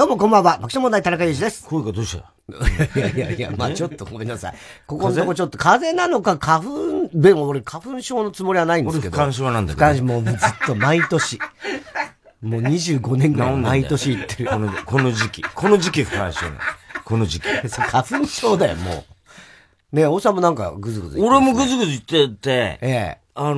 どうもこんばんは、爆笑問題田中裕二です。 声がどうしたいや、まあちょっとごめんなさい。ここのとこちょっと風邪なのか花粉、でも俺花粉症のつもりはないんですけど。 俺花粉症なんだけど。 花粉もうずっと毎年。もう25年ぐらい毎年言ってる。 この時期花粉症なの。この時期。 花粉症だよ、もう。ねえ、大さんもなんかグズグズ言って、俺もグズグズ言ってて、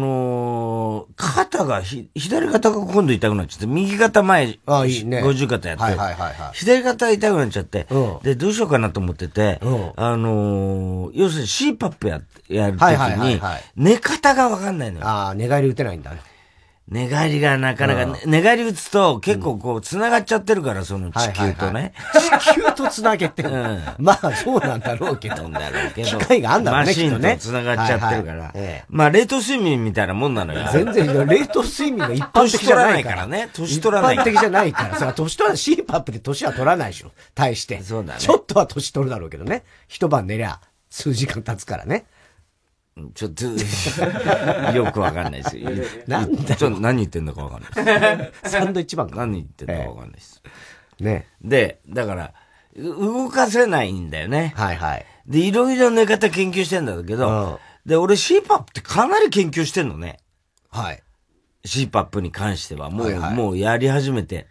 肩が、左肩が今度痛くなっちゃって、右肩前、いいね、50肩やって、左肩痛くなっちゃって、で、どうしようかなと思ってて、要するに CPAP やるときに、寝方がわかんないのよ。 ああ、寝返り打てないんだね。 寝返りがなかなか、寝返り打つと結構こう繋がっちゃってるから、その地球とね。 地球と繋げてる。まあそうなんだろうけど。機械があんだろうね。 マシンと繋がっちゃってるから。まあ冷凍睡眠みたいなもんなのよ。 全然、冷凍睡眠が一般的じゃないからね。 年取らないから。一般的じゃないから。それは年取らない。CPAP で年は取らないでしょ。対して。 そうだね。 ちょっとは年取るだろうけどね。一晩寝りゃ数時間経つからね。 ちょっと、よくわかんないですよ。 なんだちょっと何言ってんのかわかんないです。 サンドイッチマンか何言ってんのかわかんないです。 ね。 で、だから、動かせないんだよね。 はいはい。 で、いろいろ寝方研究してんだけど、で、俺 CPAP ってかなり研究してんのね。 はい。 CPAP に関しては、もうやり始めて、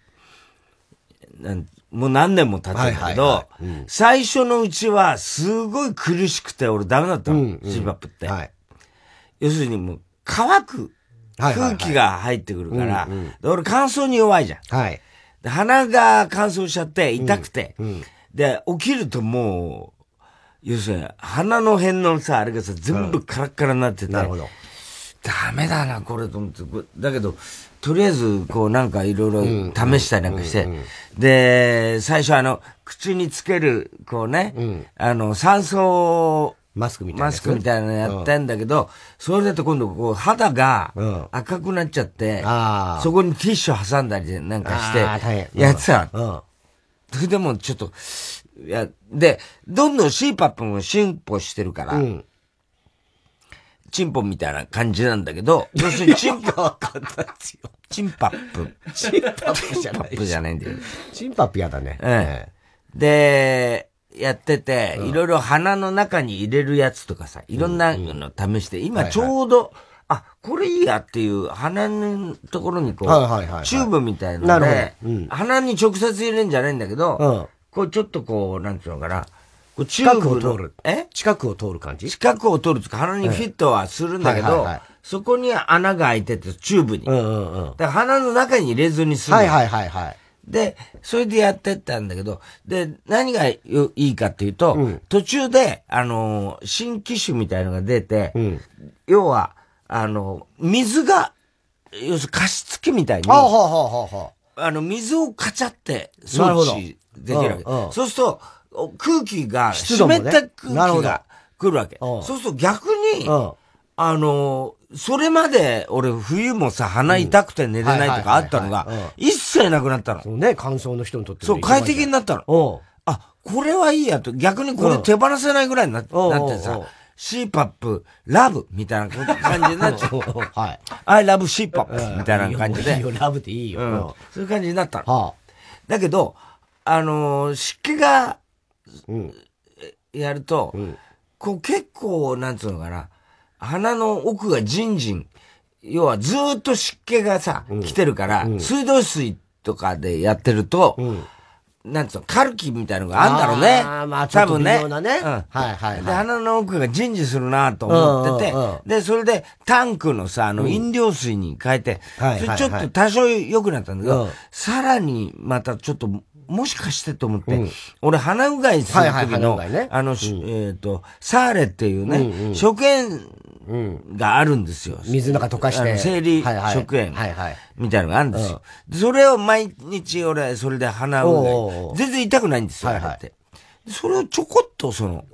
もう何年も経ってんだけど、最初のうちはすごい苦しくて俺ダメだったの、CPAP って。要するにもう乾く空気が入ってくるから、俺乾燥に弱いじゃん。で鼻が乾燥しちゃって痛くて、で、起きるともう、要するに鼻の辺のさ、あれがさ、全部カラッカラになってて、 なるほど。 ダメだな、これと思って。だけど、とりあえず、こうなんかいろいろ試したりなんかして、で、最初口につける、こうね、酸素マスクみたいなのやったんだけど、それだと今度こう肌が赤くなっちゃって、そこにティッシュ挟んだりなんかして、やってた。それでもちょっと、で、どんどん CPAP も進歩してるから、チンポみたいな感じなんだけど、要するにチンポは簡単ですよ。チンパップ。 チンパップじゃない。 チンパップじゃないんだよ。 チンパップやだね。 で、やってて、いろいろ鼻の中に入れるやつとかさ、いろんなの試して、今ちょうど、これいいやっていう鼻のところにこう、チューブみたいなので、鼻に直接入れるんじゃないんだけど、こうちょっとこう、なんていうのかな、 近くを通る。近くを通る感じ？ 近くを通るとか鼻にフィットはするんだけど、そこに穴が開いてて、チューブに。だから鼻の中に入れずにする。で、それでやってったんだけど、で、何がいいかっていうと、途中で、新機種みたいのが出て、要は、水が、要するに加湿器みたいに、水をカチャって装置できるわけ。そうすると、空気が、湿った空気が来るわけ。そうすると逆に、それまで俺冬もさ、鼻痛くて寝れないとかあったのが、一切なくなったの。 そうね、乾燥の人にとってそう、快適になったの。これはいいやと、逆にこれ手放せないぐらいになってさ、CPAP、ラブみたいな感じになっちゃう。I love CPAP みたいな感じで。 いいよ、ラブでいいよ。 そういう感じになったの。だけど、湿気が、やると、こう結構、なんつうのかな、鼻の奥がジンジン、要はずーっと湿気がさ、来てるから、水道水とかでやってると、なんつうの、カルキみたいなのがあるんだろうね。多分ね。で、鼻の奥がジンジンするなと思ってて、で、それでタンクのさ、飲料水に変えて、それちょっと多少良くなったんだけど、さらにまたちょっと、もしかしてと思って、俺鼻うがいする時の、サーレっていうね、食塩があるんですよ。 水の中溶かして。 生理食塩みたいなのがあるんですよ。それを毎日俺、それで鼻うがい。全然痛くないんですよ。それをちょこっと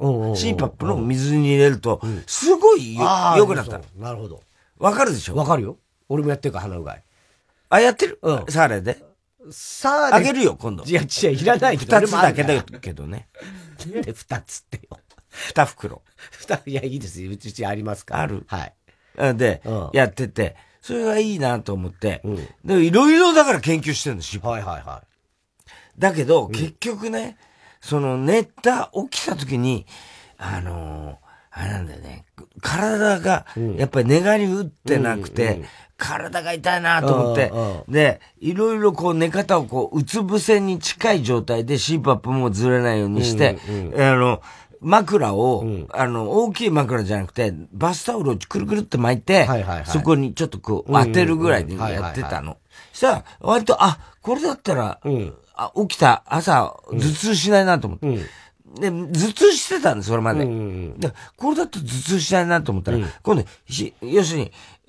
CPAP の水に入れると、すごい良くなったの。 なるほど。 わかるでしょ？ わかるよ。俺もやってるから鼻うがい。 やってる？サーレで。あげるよ、今度。 いや、いらないけど。 二つだけだけどね。 で、二つってよ。 二袋。 いや、いいですよ。うちありますから。 ある。 はい。 で、やってて、それがいいなと思って、で、いろいろだから研究してるんですよ。 だけど、結局ね、その起きた時に、あれなんだよね、体が、やっぱり寝返り打ってなくて、体が痛いなと思って、で、いろいろこう寝方をこう、うつ伏せに近い状態で CPAP もずれないようにして、枕を、大きい枕じゃなくて、バスタオルをくるくるって巻いて、そこにちょっとこう、当てるぐらいでやってたの。したら、割と、これだったら、起きた朝、頭痛しないなと思って。で、頭痛してたんです、それまで。で、これだと頭痛しないなと思ったら、今度、要す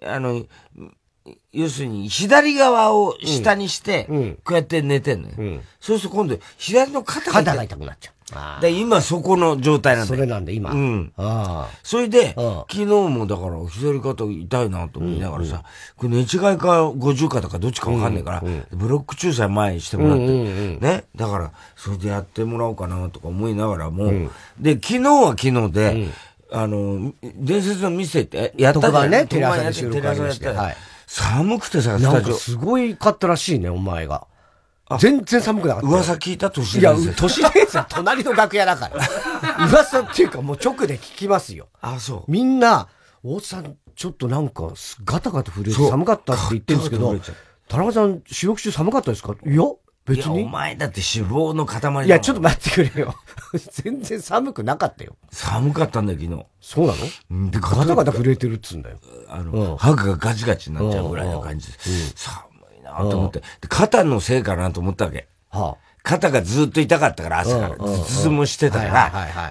るに、左側を下にして、こうやって寝てんのよ。そうすると今度、左の肩が痛くなっちゃう。 で、今そこの状態なんだよ。 それなんだ、今。 それで、昨日もだから、左肩痛いなと思いながらさ、これ寝違いか50肩かどっちかわかんないから、ブロック注射前にしてもらって、ね。だから、それでやってもらおうかなとか思いながらも、で、昨日は昨日で、伝説の店ってやったじゃんね、テレ朝で収録ありまして。 寒くてさ、 なんかすごいかったらしいね、お前が。全然寒くなかった。 噂聞いた都市伝説。 いや、都市伝説隣の楽屋だから。噂っていうかもう直で聞きますよ。 そう。 みんな、大津さん、ちょっとなんか、ガタガタ震えて寒かったって言ってるんですけど、田中さん、収録中寒かったですか？いや、別に。 いや、お前だって脂肪の塊だもん。 いや、ちょっと待ってくれよ。全然寒くなかったよ。 寒かったんだよ、昨日。 そうなの？で、ガタガタ震えてるっつうんだよ。 歯がガチガチになっちゃうぐらいの感じで。寒いなと思って。で、肩のせいかなと思ったわけ。肩がずっと痛かったから朝から。頭痛もしてたから、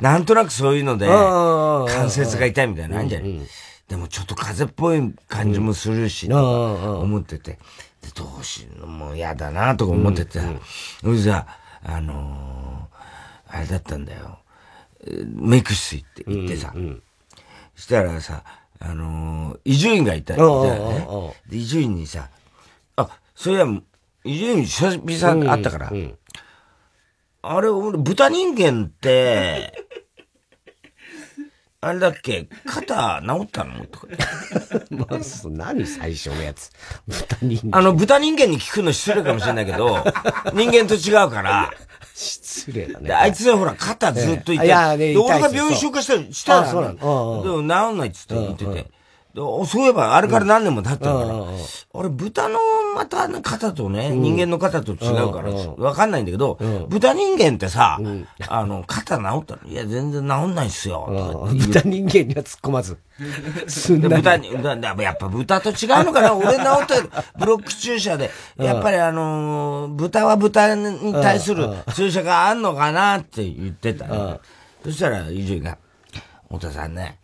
なんとなくそういうので、関節が痛いみたいなのあるんじゃない？でもちょっと風邪っぽい感じもするし、思ってて。で、どうしようのもう嫌だなとか思ってて。それじゃあれだったんだよ。メイク室行ってさ。そしたらさ、伊集院がいたよね。で、伊集院にさ、それは、伊集院久々会ったから、あれ、俺、豚人間って、あれだっけ肩治ったのとか。 何最初のやつ。豚人間。 豚人間に聞くの失礼かもしれないけど、人間と違うから。 失礼だね。 で、あいつはほら、肩ずっと痛い。で、俺が病院紹介したら、そうなの。でも治んないっつって言ってて。そういえば、あれから何年も経ったから、俺、豚のまた肩とね、人間の肩と違うから、わかんないんだけど、豚人間ってさ、肩治ったの？いや、全然治んないっすよ。 豚人間には突っ込まず。 やっぱ豚と違うのかな？俺治ったブロック注射で、やっぱり豚は豚に対する注射があんのかなって言ってた。そしたら、伊集院が、太田さんね、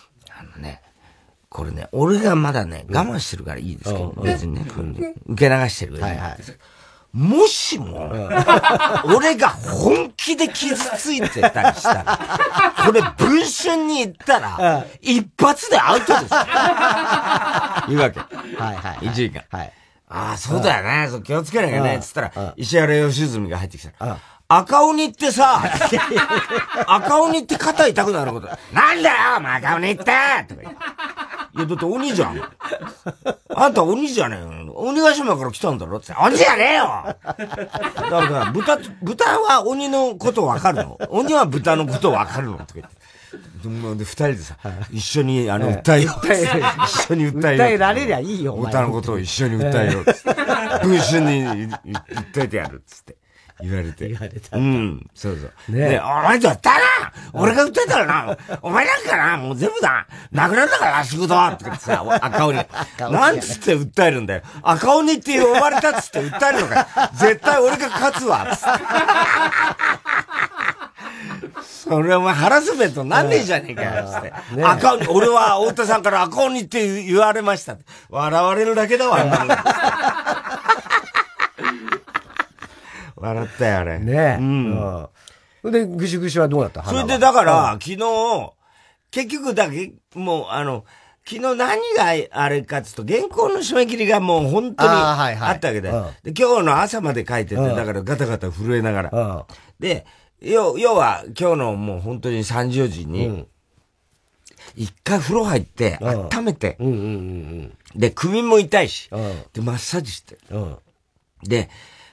これね、俺がまだね、我慢してるからいいですけど、別にね、受け流してるからいいです。もしも、俺が本気で傷ついてたりしたら、これ文春に行ったら、一発でアウトですよ。言うわけ。伊集院が。そうだよね、気をつけなきゃね、つったら、石原良純が入ってきたら、赤鬼ってさ、赤鬼って肩痛くなること。なんだよ、お前赤鬼ってとか言って。いや、だって鬼じゃん。あんた鬼じゃねえよ。鬼ヶ島から来たんだろって。鬼じゃねえよだから、豚は鬼のことわかるの？鬼は豚のことわかるのとか言って。で、二人でさ、一緒に、訴えよう。一緒に訴えよう。 訴えられりゃいいよ、 豚のことを一緒に訴えよう。文春に訴えてやるっつって。言われて。そうそう。ねえ、お前だったな俺が訴えたらなお前なんかなもう全部だなくなるんだから仕事とかってさ、赤鬼。なんつって訴えるんだよ。赤鬼って呼ばれたっつって訴えるのか絶対俺が勝つわつって。それお前ハラスメントなんねえじゃねえかよつって。赤鬼、俺は太田さんから赤鬼って言われました。笑われるだけだわ、笑ったよ、あれ。 ねえ。で、ぐしぐしはどうだった？ それでだから、昨日、結局もう昨日何があれかっつうと、原稿の締め切りがもう本当にあったわけで。で、今日の朝まで書いてて、だからガタガタ震えながら。で、要は今日のもう本当に3時4時に、一回風呂入って、温めて、で、首も痛いし、で、マッサージして。で、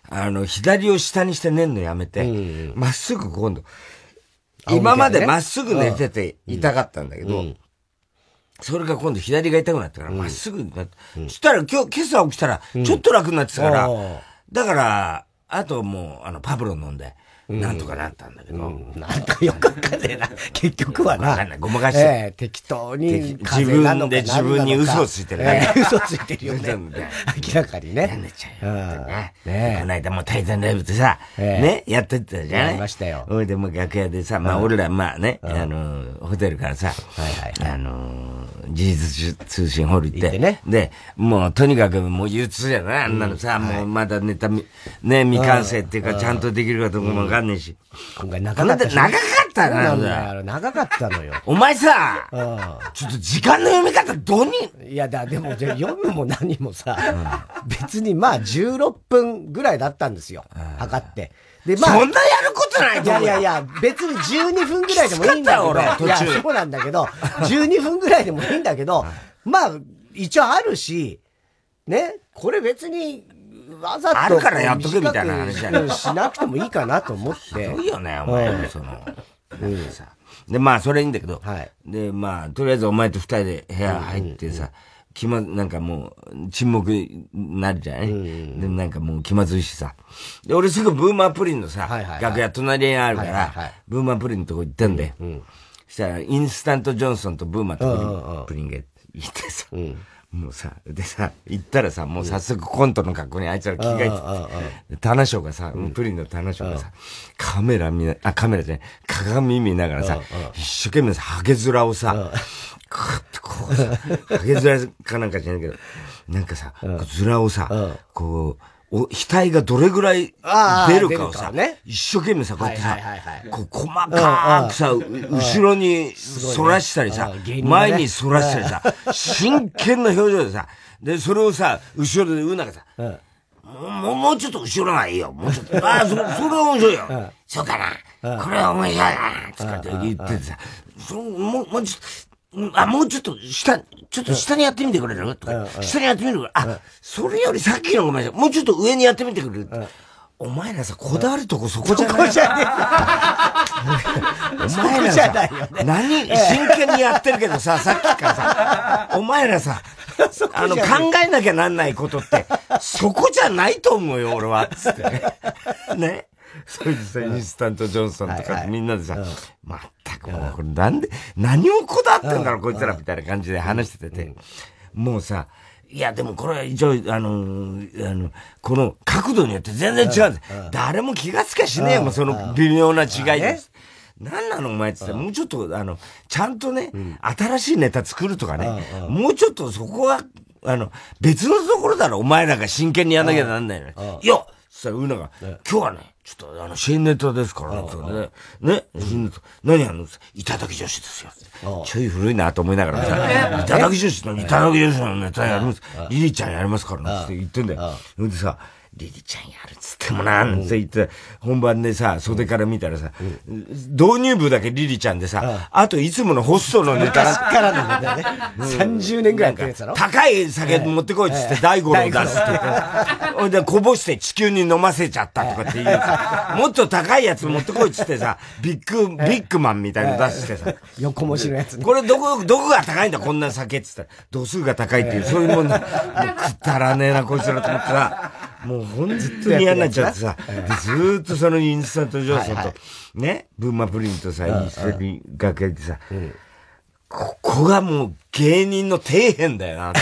左を下にして寝んのやめて、まっすぐ今度、今までまっすぐ寝てて痛かったんだけど、それが今度左が痛くなったから、まっすぐになって、そしたら今朝起きたら、ちょっと楽になってたから、だから、あともう、パブロ飲んで、なんとかなったんだけど。 なんかよくわかんねえな。結局はな。 わかんない。ごまかして。 適当に自分で自分に嘘をついてるね。 嘘ついてるよね。明らかにね。 やんなっちゃうよ。ね。この間もタイタンライブってさ、ね、やってたじゃない。 やりましたよ。 おいでも楽屋でさ、まあ俺らまあね、ホテルからさ、事実通信ホール行って、で、もうとにかくもう憂鬱じゃないあんなのさ、もうまだネタ、ね、未完成っていうかちゃんとできるかどうかもわかんないし。 今回長かった。 長かったな。長かったのよ。 お前さ、ちょっと時間の読み方どうにいやでも読むも何もさ、別にまあ16分ぐらいだったんですよ。測って。 で、まあ。そんなやることないと思う。 いや、別に12分ぐらいでもいいんだけど。いや、そうなんだけど、12分ぐらいでもいいんだけど、まあ、一応あるし、ね、これ別に、わざと。 あるからやっとけみたいな話じゃない。 しなくてもいいかなと思って。 すごいよね、お前もその。で、まあ、それいいんだけど。で、まあ、とりあえずお前と二人で部屋入ってさ、なんかもう、沈黙になるじゃない、で、なんかもう気まずいしさ。で、俺すぐブーマープリンのさ、楽屋隣にあるから、ブーマープリンのとこ行ったんで、そしたら、インスタントジョンソンとブーマーとプリンがいてさ、もうさ、でさ、行ったらさ、もう早速コントの格好にあいつら着替えて、タナショーがさ、プリンのタナショーがさ、カメラじゃない、鏡見ながらさ、一生懸命さ、ハゲ面をさ、こうさ、ハゲ面かなんかじゃないけど、なんかさ、面をさ、こう、額がどれぐらい出るかをさ、一生懸命さ、こうやってさ、こう細かくさ、後ろに反らしたりさ、前に反らしたりさ、真剣な表情でさ、で、それをさ、後ろでうながさ、もうちょっと後ろがいいよ。もうちょっと。それは面白いよ。そうかな。これは面白いな。つって言っててさ、もうちょっと下にやってみてくれるとか、下にやってみるから、それよりさっきのごめんなさい。もうちょっと上にやってみてくれる。お前らさ、こだわるとこそこじゃない。そこじゃねえ。お前らさ、真剣にやってるけどさ、さっきからさ、お前らさ、考えなきゃなんないことって、そこじゃないと思うよ、俺は。つってね。それでさ、インスタントジョンソンとかみんなでさ、まったくもうこれ何をこだわってんだろう、こいつらみたいな感じで話してて、もうさ、いや、でもこれは一応、この角度によって全然違うんです。誰も気がつかしねえよ、その微妙な違いです。何なのお前って言ってもうちょっと、ちゃんとね、新しいネタ作るとかね、もうちょっとそこは、別のところだろ、お前らが真剣にやんなきゃなんないのに。いや、そしたら、うなが、今日はね、ちょっと新ネタですからね、新ネタ、何やるのいただき女子ですよ。ちょい古いなと思いながらさ、いただき女子のネタやります。リリちゃんやりますからねって言ってんだよ。でさ、リリちゃんやるっつってもなんて言って、本番でさ、袖から見たらさ、導入部だけリリちゃんでさ、あといつものホストのネタからのネタね。30年ぐらいやってるやつだろ。 高い酒持ってこいっつって大五郎出すって。ほんで、こぼして地球に飲ませちゃったとかって言うさ、もっと高いやつ持ってこいっつってさ、ビッグマンみたいなの出してさ。 横文字のやつね。 これどこが高いんだこんな酒っつったら、度数が高いっていう、そういうもんだ。もうくだらねえなこいつらと思ったら、もう本当に嫌になっちゃってさ、ずーっとそのインスタントジョンソンと、ね、ブーマプリンとさ、一緒に楽屋でさ、ここがもう芸人の底辺だよな。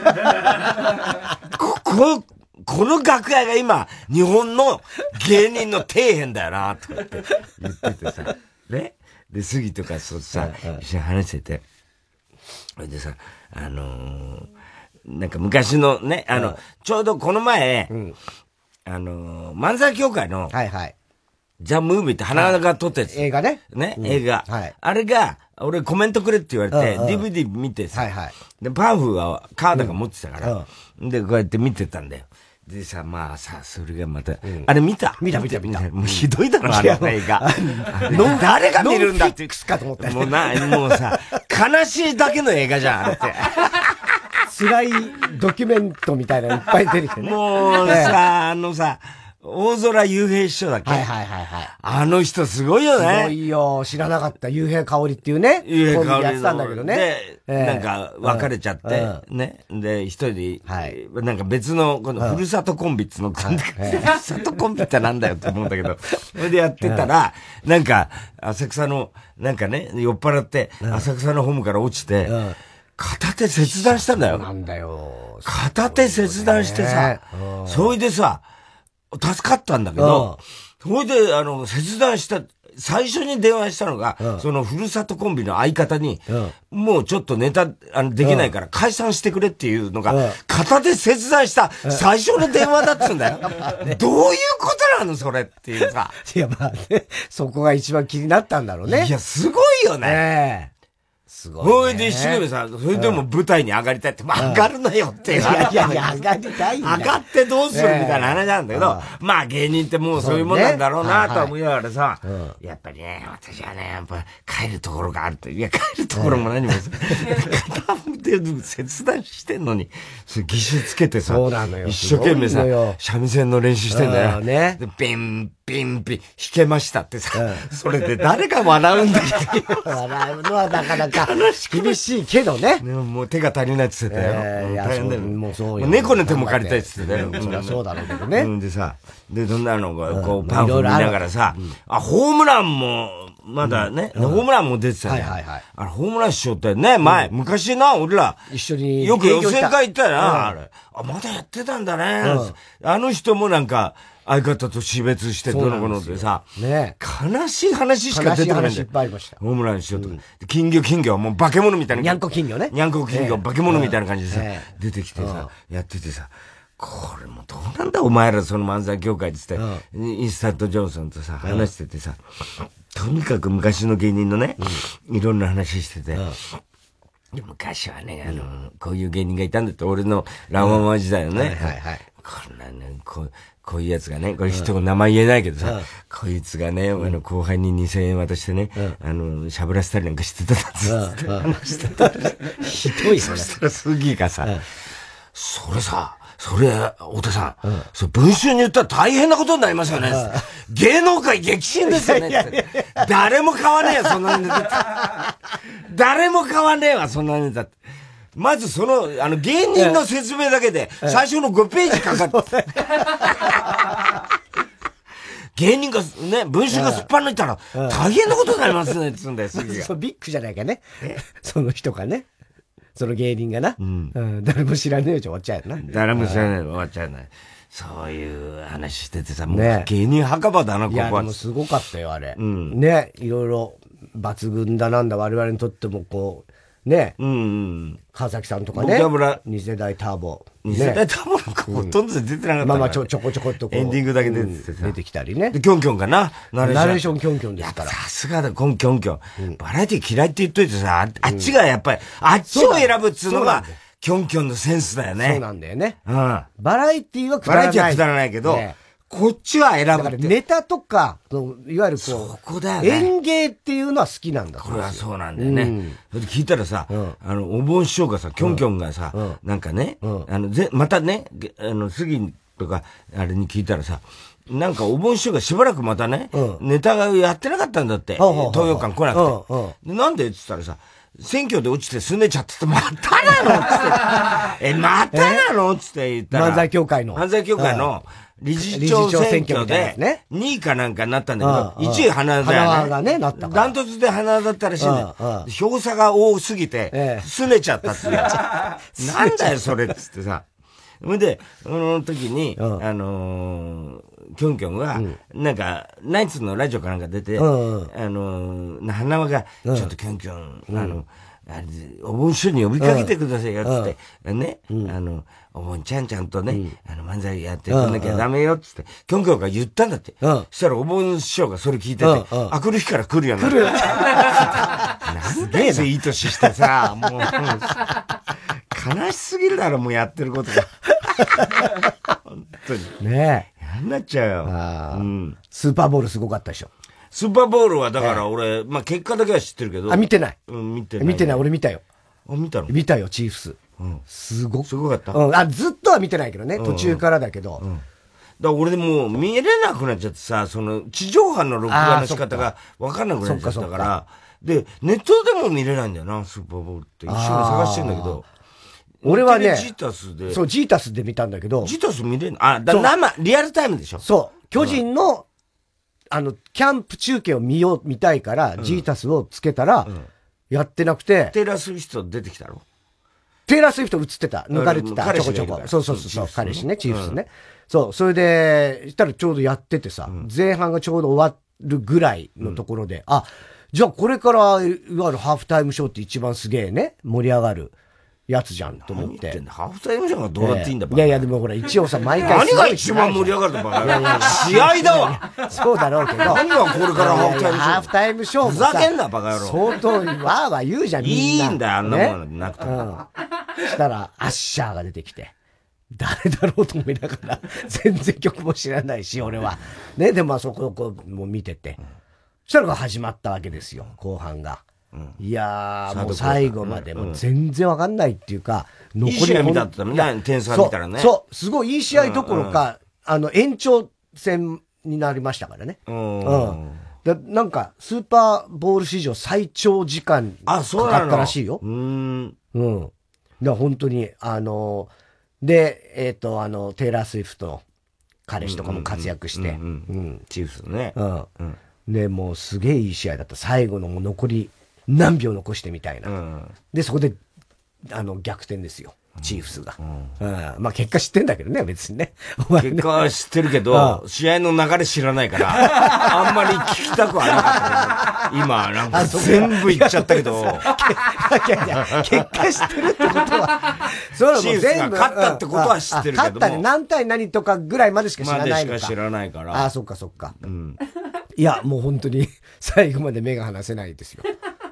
この楽屋が今、日本の芸人の底辺だよな、とかって言っててさ、ね。で、杉とかそうさ、一緒に話してて、それでさ、なんか昔のね、ちょうどこの前、漫才協会の、ザ・ムービーって花が撮ったやつ。 映画ね。 ね、映画。あれが、俺コメントくれって言われて、DVD 見てさ、で、パンフは川田が持ってたから、で、こうやって見てたんだよ。でさ、まあさ、それがまた、あれ見た。 もうひどいだろ、あの映画。誰が見るんだって。もうさ、悲しいだけの映画じゃん、あれって。 辛いドキュメントみたいなのいっぱい出てきてね。 もうさ、 大空雄平師匠だっけ？ はいはいはいはい。 あの人すごいよね。 すごいよ。知らなかった。雄平香織っていうね。 雄平香織やってたんだけどね。 で、なんか別れちゃって、ね。で、一人で、なんか別の、このふるさとコンビっつの、ふるさとコンビってなんだよって思うんだけど、それでやってたら、なんか、浅草の、なんかね、酔っ払って、浅草のホームから落ちて、片手切断したんだよ。 なんだよ。 片手切断してさ、それでさ、助かったんだけど、それで、切断した、最初に電話したのが、そのふるさとコンビの相方に、もうちょっとネタ、できないから解散してくれっていうのが、片手切断した最初の電話だっつうんだよ。どういうことなのそれっていうさ。 いや、まあね、そこが一番気になったんだろうね。 いや、すごいよね。 すごい、 ね。それで一生懸命さ、それでも舞台に上がりたいって、まあ上がるなよっていう。 いやいやいや、上がりたいんだ。 上がってどうするみたいな話なんだけど、まあ芸人ってもうそういうもんなんだろうなと思いながらさ、やっぱりね、私はね、やっぱ帰るところがあると。いや、帰るところも何も、片手切断してんのに、義手つけてさ、一生懸命さ、三味線の練習してんだよ。で、ピン、弾けましたってさ、それで誰が笑うんだけど。 笑うのはなかなか厳しいけどね。 もう手が足りないって言ってたよ。 いや、もうそうよ。 猫の手も借りたいって言ってたよ。 そりゃそうだろうけどね。 でさ、で、どんなのが、こう、パンフ見ながらさ、ホームランも、まだね、ホームランも出てたよ。ホームランしようってね、昔な、俺ら、 一緒に。 よく予選会行ったよな、あれ。まだやってたんだね。あの人もなんか、相方と死別してどの子のでさ、悲しい話しか出てこないんだよ。ホームランしようとか。金魚はもう化け物みたいな。 にゃんこ金魚ね。 にゃんこ金魚、化け物みたいな感じでさ、出てきてさ、やっててさ、これもどうなんだお前らその漫才協会って言って、インスタントジョンソンとさ、話しててさ、とにかく昔の芸人のね、いろんな話してて、昔はね、こういう芸人がいたんだって、俺のラママ時代のね、こんなね、こういうやつがね、これ人の名前言えないけどさ、こいつがね、後輩に2000円渡してね、しゃぶらせたりなんかしてたんですって話してた。 ひどいそしたら杉がさ、それさ、太田さん、それ文春に言ったら大変なことになりますよね。芸能界激震ですよね。誰も買わねえよ、そんなネタ。誰も買わねえわ、そんなネタ。まず芸人の説明だけで、最初の5ページかかって。芸人がね、文春がすっぱ抜いたら、大変なことになりますね、つうんだよ、杉が。 ビッグじゃないかね。その人がね。その芸人がな。誰も知らねえよ、終わっちゃうよな。 誰も知らねえよ、終わっちゃうない。そういう話しててさ、もう芸人墓場だな、ここは。 いや、でもすごかったよ、あれ。ね、いろいろ抜群だなんだ、我々にとってもこう、ね。川崎さんとかね。二世代ターボ。 二世代ターボなんかほとんど出てなかった。 まあまあちょこちょこっとこう。エンディングだけ出て出てきたりね。 で、キョンキョンかな。 ナレーションキョンキョンですから。 さすがだ、キョンキョン。バラエティ嫌いって言っといてさ、あっちがやっぱり、あっちを選ぶっつうのが、キョンキョンのセンスだよね。 そうなんだよね。バラエティはくだらない。 バラエティはくだらないけど、こっちは選ぶって。だからネタとか、いわゆるそこだよね。 演芸っていうのは好きなんだ。 これはそうなんだよね。それで聞いたらさ、お盆師匠がさ、キョンキョンがさ、なんかね、またね、杉とか、あれに聞いたらさ、なんかお盆師匠がしばらくまたね、ネタがやってなかったんだって。東洋館来なくて。なんでって言ったらさ、選挙で落ちて拗ねちゃってて、またなのつって。またなのつって言ったら。 漫才協会の理事長選挙で、2位かなんかになったんだけど、1位花田だよね。 花田がね、なったから。 ダントツで花田だったらしいんだよ。票差が多すぎて、拗ねちゃったって。なんだよ、それっつってさ。それで、その時に、キョンキョンが、なんか、ナイツのラジオかなんか出て、花輪が、ちょっとキョンキョン、お盆師匠に呼びかけてくださいよ、つって、ね、お盆ちゃんとね、漫才やってくんなきゃダメよ、つって、キョンキョンが言ったんだって。そしたらお盆師匠がそれ聞いてて、来る日から来るようになった。なんでいい年してさ、もう、悲しすぎるだろ、もうやってることが。本当に。 ねえ。 やんなっちゃうよ。 スーパーボールすごかったでしょ。 スーパーボールはだから俺、まあ結果だけは知ってるけど。 見てない。 見てない。 見てない、俺見たよ。 見たの？ 見たよ、チーフス。 すごかった。 ずっとは見てないけどね、途中からだけど。 だ俺でもう見れなくなっちゃってさ、その地上波の録画の仕方が分かんなくなっちゃったから、で、ネットでも見れないんだよな、スーパーボールって。一緒に探してんだけど。 俺はね、 ジータスで。 そう、ジータスで見たんだけど。 ジータス見れんの？生、リアルタイムでしょ？ そう。巨人の、キャンプ中継を見たいから、ジータスをつけたら、やってなくて。 テイラー・スウィフト出てきたの？ テイラー・スウィフト映ってた。抜かれてた。ちょこちょこ。そう。彼氏ね、チーフスね。そう。それで、したらちょうどやっててさ、前半がちょうど終わるぐらいのところで、じゃあこれから、いわゆるハーフタイムショーって一番すげえね、盛り上がるやつじゃんと思って。 ハーフタイムショーがどうやっていいんだ、 いや、でもほら、一応さ、毎回。 何が一番盛り上がるのバカ？試合だわ。 そうだろうけど。 何がこれからハーフタイムショー？ ハーフタイムショーもふざけんな、バカ野郎。 相当、わーわー言うじゃん、みんな。 いいんだよ、あんなものなくて。 したら、アッシャーが出てきて。誰だろうと思いながら、全然曲も知らないし、俺は。ね、でもそこも見てて。そしたらが始まったわけですよ、後半が。いやー、もう最後までもう全然わかんないっていうか、 残りいい試合見たってね、点差見たらね。 そう、すごいいい試合どころか、延長戦になりましたからね。なんか、スーパーボール史上最長時間かかったらしいよ。だから本当に、で、テイラー・スウィフトの彼氏とかも活躍して。 チーフスね。 で、もうすげえいい試合だった。最後のもう残り何秒残してみたいな。で、そこで、逆転ですよ。チーフスが。まあ結果知ってんだけどね、別にね。 結果は知ってるけど、試合の流れ知らないから、あんまり聞きたくはなかった。今、なんか全部言っちゃったけど。 結果知ってるってことは、 そうチーフスが勝ったってことは知ってるけども。 勝ったね、何対何とかぐらいまでしか知らないのか。 までしか知らないから。 そっかそっか。いや、もう本当に最後まで目が離せないですよ。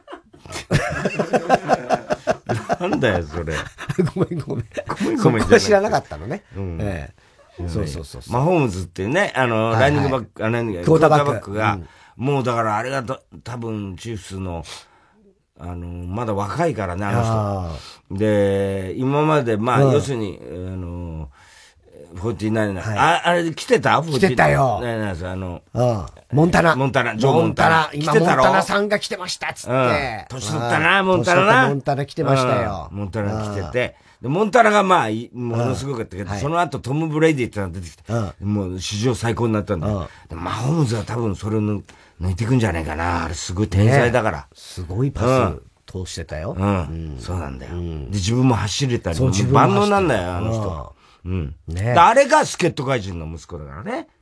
なんだよ、それ。 ごめん。そこは知らなかったのね。そう。 マホームズっていうね、ランニングバック、クォーターバックが、もうだからあれが多分チーフスの、まだ若いからね、あの人。で、今まで、まあ、要するに、49、あれ来てた？ 来てたよ。モンタナ。 ジョー・モンタナ。 今、モンタナさんが来てましたっつって。 年取ったな、モンタナな。 モンタナ来てましたよ。 モンタナ来てて。で、モンタナがまあ、ものすごかったけど、その後トム・ブレイディってのが出てきて、もう史上最高になったんだよ。マホームズは多分それを抜いていくんじゃないかな。あれすごい天才だから。 すごいパス通してたよ。 そうなんだよ。で、自分も走れたり、万能なんだよ、あの人。あれが助っ人怪人の息子だからね。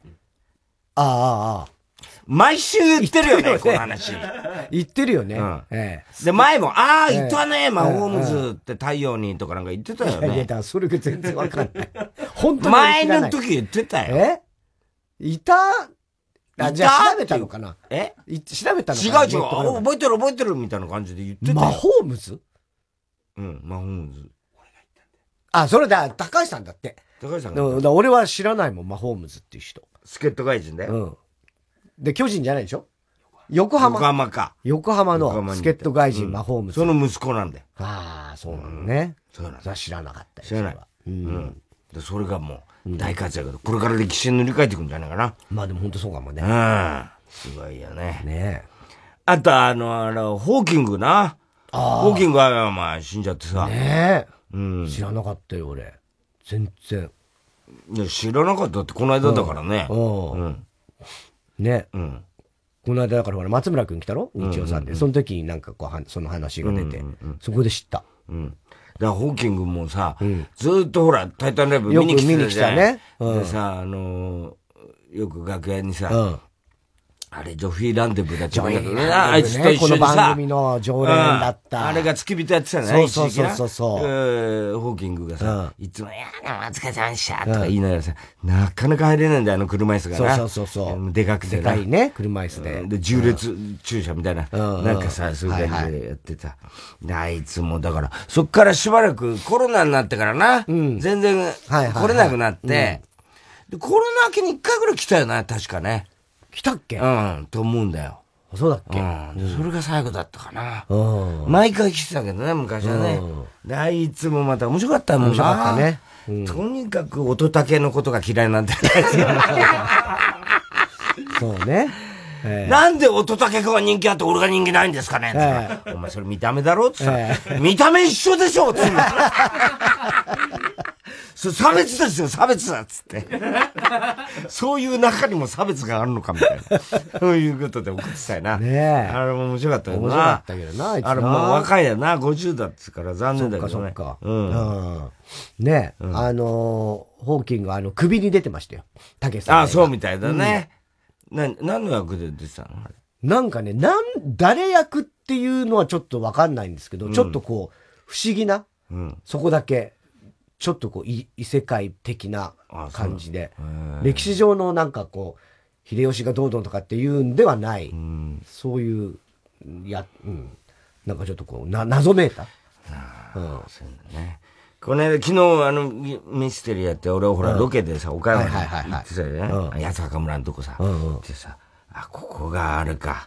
毎週言ってるよね、この話。 言ってるよね。 で、前も、言ったね、マホームズって太陽にとかなんか言ってたよね。 いや、それが全然わかんない。本当に。 前の時言ってたよ。 いたじゃあ調べたのかな調べたのかな違う。覚えてるみたいな感じで言ってたよ。 マホームズマホームズ。 それだ、高橋さんだって。 高橋さんが。 俺は知らないもん、マホームズっていう人。 助っ人怪人だよ。 で、巨人じゃないでしょ横浜か。横浜の助っ人怪人、マホームズ。 その息子なんだよ。 そうなのね。 そうなんだ。知らなかったよ。 知らない。で、それがもう、大活躍で、これから歴史に塗り替えていくんじゃないかな。 まあでも本当そうかもね。 すごいよね。 ねあと、ホーキングな。ホーキングは、まあ、死んじゃってさ。 ね知らなかったよ、俺。全然。 いや、知らなかったって、この間だからね。 ね。この間だからほら、松村くん来たろ日曜さんで。その時になんかこう、その話が出て、そこで知った。 だからホーキングもさ、ずっとほら、タイタンライブ見に来てたじゃん。ね。でさ、よく楽屋にさ、あれ、ジョフィーランデブーだって言うんだけどね。あいつと一緒にさ。この番組の常連だった。 あれが付き人やってたね。 そう。 ホーキングがさ、いつも、いやお疲れ様でしたとか言いながらさ、なかなか入れないんだよ、車椅子がな。 そう。 でかくてでかいね、車椅子で。 で、重列駐車みたなんかさ、そういう感じでやってた。あいつも、だから、そっからしばらくコロナになってからな、全然来れなくなって、で、コロナ明けに1回ぐらい来たよな、確かね。 来たっけと思うんだよ。 そうだっけ？ それが最後だったかな。毎回来てたけどね、昔はね。あいつもまた面白かったもんな。面白かったね。とにかく乙武のことが嫌いなんだよ。 そうね。 なんで乙武君は人気あって俺が人気ないんですかねお前それ見た目だろって言ったら、見た目一緒でしょって言うの。それ差別ですよ、差別だっつって。そういう中にも差別があるのかみたいな。そういうことで送ってたよな。あれも面白かったよな。 面白かったけどな、あいつな。 あれもう若いやな、50だっつから残念だけどね。 そっか。ねホーキング首に出てましたよ。武さん。 そうみたいだね。何の役で出てたの？ なんかね、誰役っていうのはちょっとわかんないんですけど、ちょっとこう、不思議な、そこだけ、ちょっとこう、異世界的な感じで、歴史上のなんかこう、秀吉がどうどうとかっていうんではない、そういう、なんかちょっとこう、謎めいた。 そうだね。この間、昨日、ミステリーやって、俺ほら、ロケでさ、岡山に行ってたよね。八坂村のとこさ、行ってさ、ここがあれか、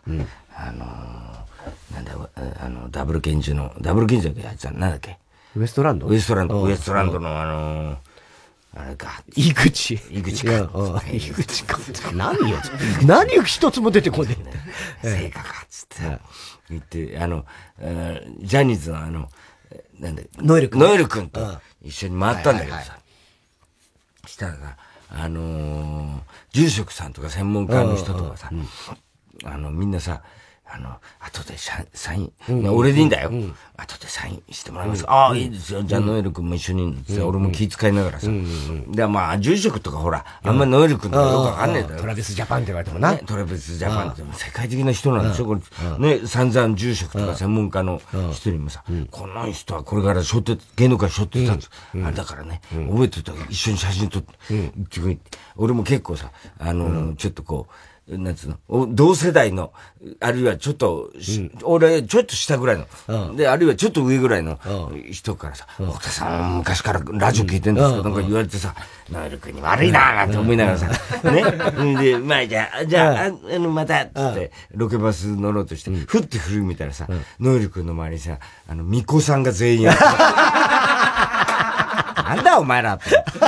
なんだよ、ダブル拳銃のやつはなんだっけ？ ウエストランドのあれか。 井口か。井口か。何を一つも出てこねえ。成果か、つって。言って、ジャニーズのなんで、ノエル君と一緒に回ったんだけどさ。したらさ、住職さんとか専門家の人とかさ、みんなさ、後でサイン、俺でいいんだよ。後でサインしてもらいます。いいですよ。じゃあ、ノエル君も一緒に、俺も気遣いながらさ。で、まあ、住職とかほら、あんまりノエル君とかよくわかんねえんだよ。 トラビスジャパンって言われてもな。 トラビスジャパンって世界的な人なんでしょ。これ、ね、散々住職とか専門家の人にもさ、この人はこれから芸能界背負ってたんです。あれだからね、覚えてたら一緒に写真撮って、俺も結構さ、ちょっとこう、なんつうの、同世代の、あるいはちょっと、俺、ちょっと下ぐらいの、で、あるいはちょっと上ぐらいの人からさ、奥田さん、昔からラジオ聞いてんですけど、なんか言われてさ、ノエル君に悪いなーなんて思いながらさ、ね。で、まあ、じゃあ、また、つって、ロケバス乗ろうとして、ふって振るみたいなさ、ノエル君の周りにさ、巫女さんが全員やる。なんだお前らって。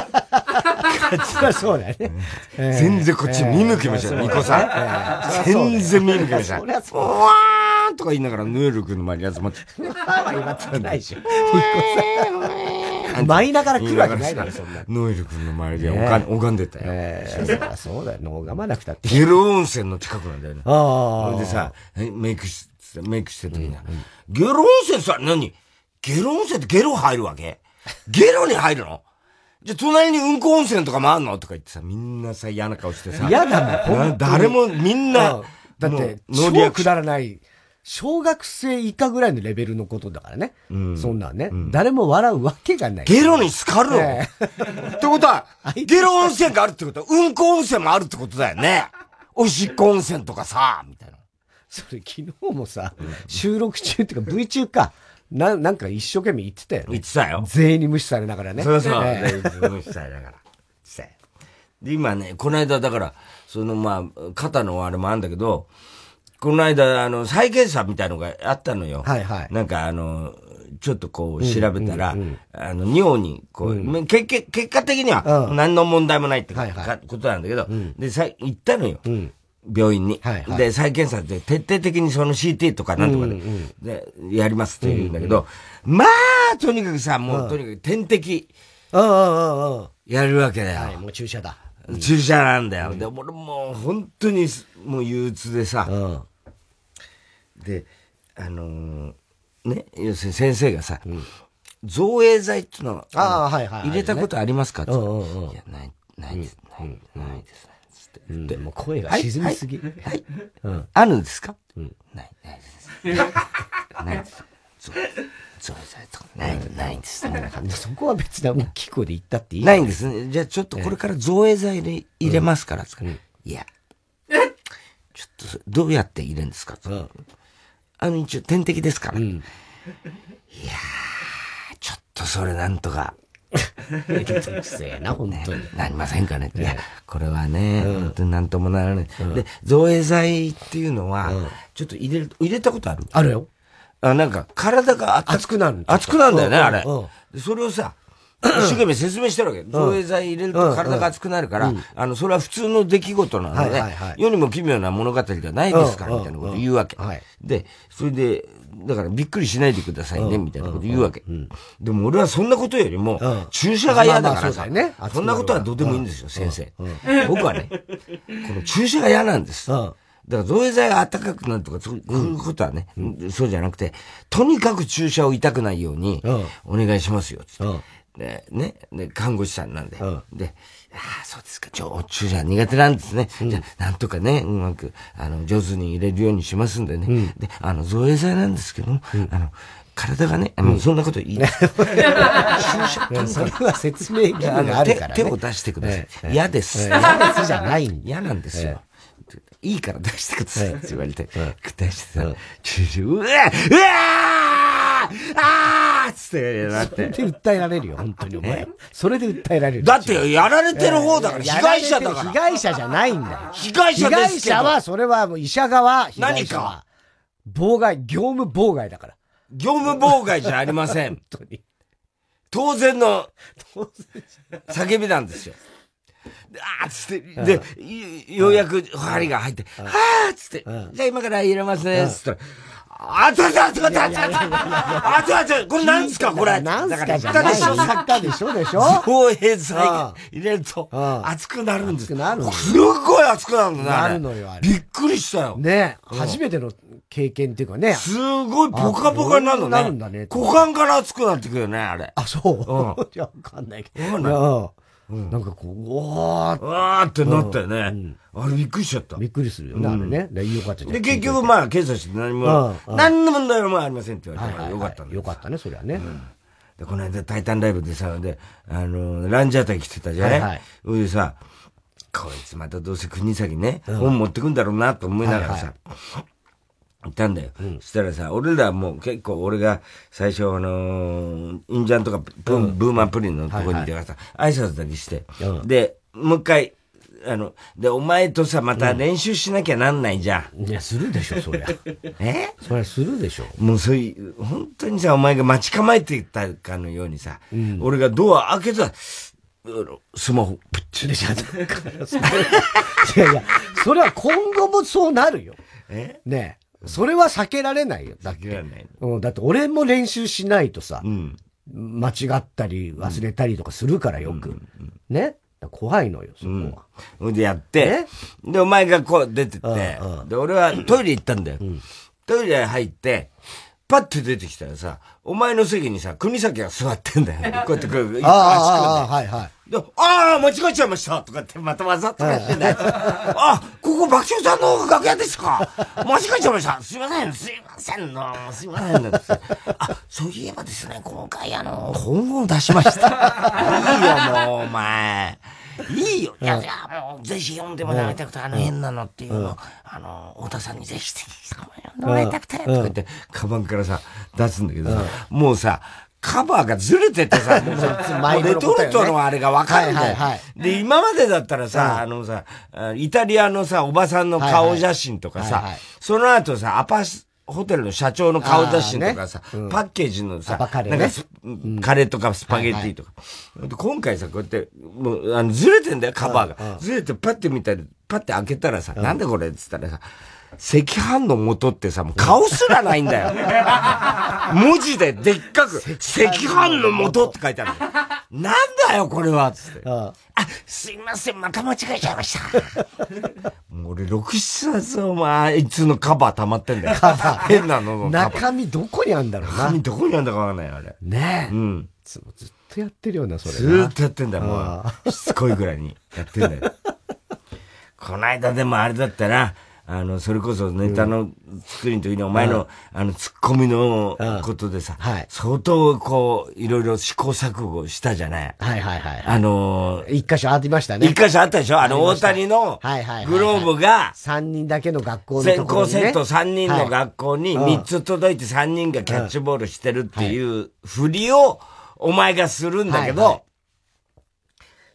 そうだよね。 全然こっち見向きましたよ、巫女さん。全然見向きました。うわーんとか言いながら、ノエル君の周りに集まって。 今つかないでしょ。舞いながら来るわけないだろ、そんな。 ノエル君の周りで拝んでたよ。 そうだよ、拝まなくたって。 ゲロ温泉の近くなんだよね。それでさ、メイクしてる時に、ゲロ温泉さ、何？ゲロ温泉ってゲロ入るわけ？ゲロに入るの？じゃ、隣にうんこ温泉とかもあんのとか言ってさ、みんなさ、嫌な顔してさ。 嫌だもん。 誰もみんな、 だって、超くだらない、小学生以下ぐらいのレベルのことだからね。そんなんね。誰も笑うわけがない。 ゲロに浸かるのってことは、ゲロ温泉があるってことは、うんこ温泉もあるってことだよね。おしっこ温泉とかさ、みたいな。 それ昨日もさ、収録中っていうか V 中か。なんか一生懸命言ってたよね。 言ってたよ。 全員に無視されながらね。 そう。全員に無視されながら。で、今ね、この間だから、まあ、肩のあれもあるんだけど、この間、再検査みたいのがあったのよ。なんかちょっとこう調べたら、尿に、こう、結果的には何の問題もないってことなんだけど、で、行ったのよ。病院に。で、再検査で徹底的にその CT とかなんとかで、やりますって言うんだけど、まあ、とにかくさ、もうとにかく点滴、やるわけだよ。 はい、もう注射だ。 注射なんだよ。で、俺もう本当にもう憂鬱でさ、で、ね、要するに先生がさ、造影剤っていうのは、入れたことありますかって。いや、ないですね。 でも声が沈みすぎ。 はい。あるんですか？ないです。ないです。造影剤とかないです。 そこは別な大きい声で言ったっていい？ ないんですね。じゃあちょっとこれから造影剤で入れますから。いや、ちょっとどうやって入れるんですか？一応点滴ですから。いやー、ちょっとそれなんとか。 めんどくせえな、本当に。 なりませんかねって。いや、これはね、本当になんともならない。で、造影剤っていうのは、ちょっと入れたことある？ あるよ。 なんか、体が熱くなる。 熱くなるんだよね、あれ。それをさ、一生懸命説明してるわけ。造影剤入れると体が熱くなるから、それは普通の出来事なので、世にも奇妙な物語ではないですから、みたいなこと言うわけ。で、それで、だからびっくりしないでくださいね、みたいなこと言うわけ。でも俺はそんなことよりも、注射が嫌だからさ、そんなことはどうでもいいんですよ、先生。僕はね、この注射が嫌なんです。だから造影剤が暖かくなるとか、そういうことはね、そうじゃなくて、とにかく注射を痛くないように、お願いしますよ、つって。で、看護師さんなんで。で、そうですか、注射苦手なんですね。じゃあ、なんとかね、うまく、上手に入れるようにしますんでね。で、造影剤なんですけども、体がね、そんなこと言いない。注射、それは説明義務があるからね。 手を出してください。嫌です。 嫌ですじゃないんだ。 嫌なんですよ。いいから出してくださいって言われて、出してさ、注射、うわーつってなって。 それで訴えられるよ、本当にお前。それで訴えられる。 だって、やられてる方だから、被害者だから。 被害者じゃないんだよ。 被害者ですけど。 被害者は、それはもう医者側、 何か。 妨害、業務妨害だから。 業務妨害じゃありません。本当に。当然の、叫びなんですよ。つって、で、ようやく針が入って、つって、じゃあ今から入れますね、つったら、これ何すかこれ。 何すかじゃない。言ったでしょ造影剤入れると、熱くなるんです。すっごい熱くなるんだね。 なるのよ、あれ。 びっくりしたよ。 ね、初めての経験っていうかね。 すごいポカポカになるのね。なるんだね。股間から熱くなってくるよね、あれ。 そういや、わかんないけど。なんかこう、 わーってなったよね。あれびっくりしちゃった。 びっくりするよね、あれね。よかったで、結局まあ、検査して何の問題もありませんって言われたからよかったんだよかったね、そりゃね。 で、この間、タイタンライブでさ、で、ランジャタイ来てたじゃない？それでさ、こいつまたどうせ国崎ね、本持ってくんだろうなと思いながらさ、いたんだよ。そしたらさ、俺らもう結構俺が最初インジャンとかブーマンプリンのとこにいてからさ、挨拶だけして、で、もう一回、で、お前とさ、また練習しなきゃなんないじゃん。いや、するでしょ、そりゃ。そりゃするでしょ。 もうそういう、本当にさ、お前が待ち構えていたかのようにさ、俺がドア開けたら、スマホ、プッチリしちゃった。 いやいや、それは今後もそうなるよ。ねえ。それは避けられないよ。 避けられない。 だって俺も練習しないとさ、間違ったり忘れたりとかするからよく。ね。怖いのよ、そこは。でやって、で、お前がこう出てって、で、俺はトイレ行ったんだよ。トイレ入って、パッて出てきたらさ、お前の席にさ、国崎が座ってんだよ。こうやってこう、 はいはい。 で、間違えちゃいましたとかって、またわざとかしてんだよ。ここ爆笑さんの楽屋ですか間違えちゃいましたすいませんすいませんそういえばですね、今回本を出しました。いいよ、もう、お前。いいよ。いや、もう、ぜひ読んでもらいたくて、変なのっていうの、太田さんにぜひ読んでもらいたくて、とか言って、カバンからさ、出すんだけどさ、もうさ、カバーがずれててさ、もうレトルトのあれがわかるんだよ。で、今までだったらさ、イタリアのさ、おばさんの顔写真とかさ、その後さ、ホテルの社長の顔写真とかさ、パッケージのさ、なんかカレーとかスパゲッティとか。今回さ、こうやって、もう、ずれてんだよ、カバーが。ずれてパッて見たら、パッて開けたらさ、なんでこれっつったらさ、赤飯の元ってさ、もう顔すらないんだよ。文字ででっかく、赤飯の元って書いてある。なんだよ、これはつって。すいません、また間違えちゃいました。もう俺、6、7冊あいつのカバー溜まってんだよ。変なののカバー。 中身どこにあんだろうな。 中身どこにあんだかわかんないよ、あれ。 ねえ。ずっとやってるよな、それ。 ずっとやってんだよ、もう。しつこいぐらいにやってんだよ。こないだでもあれだったな。それこそネタの作りの時にお前の、ツッコミのことでさ、相当こう、いろいろ試行錯誤したじゃない。 一箇所ありましたね。 一箇所あったでしょ大谷のグローブが、 3人だけの学校のところに、 先行セット3人の学校に3つ届いて3人がキャッチボールしてるっていう振りをお前がするんだけど、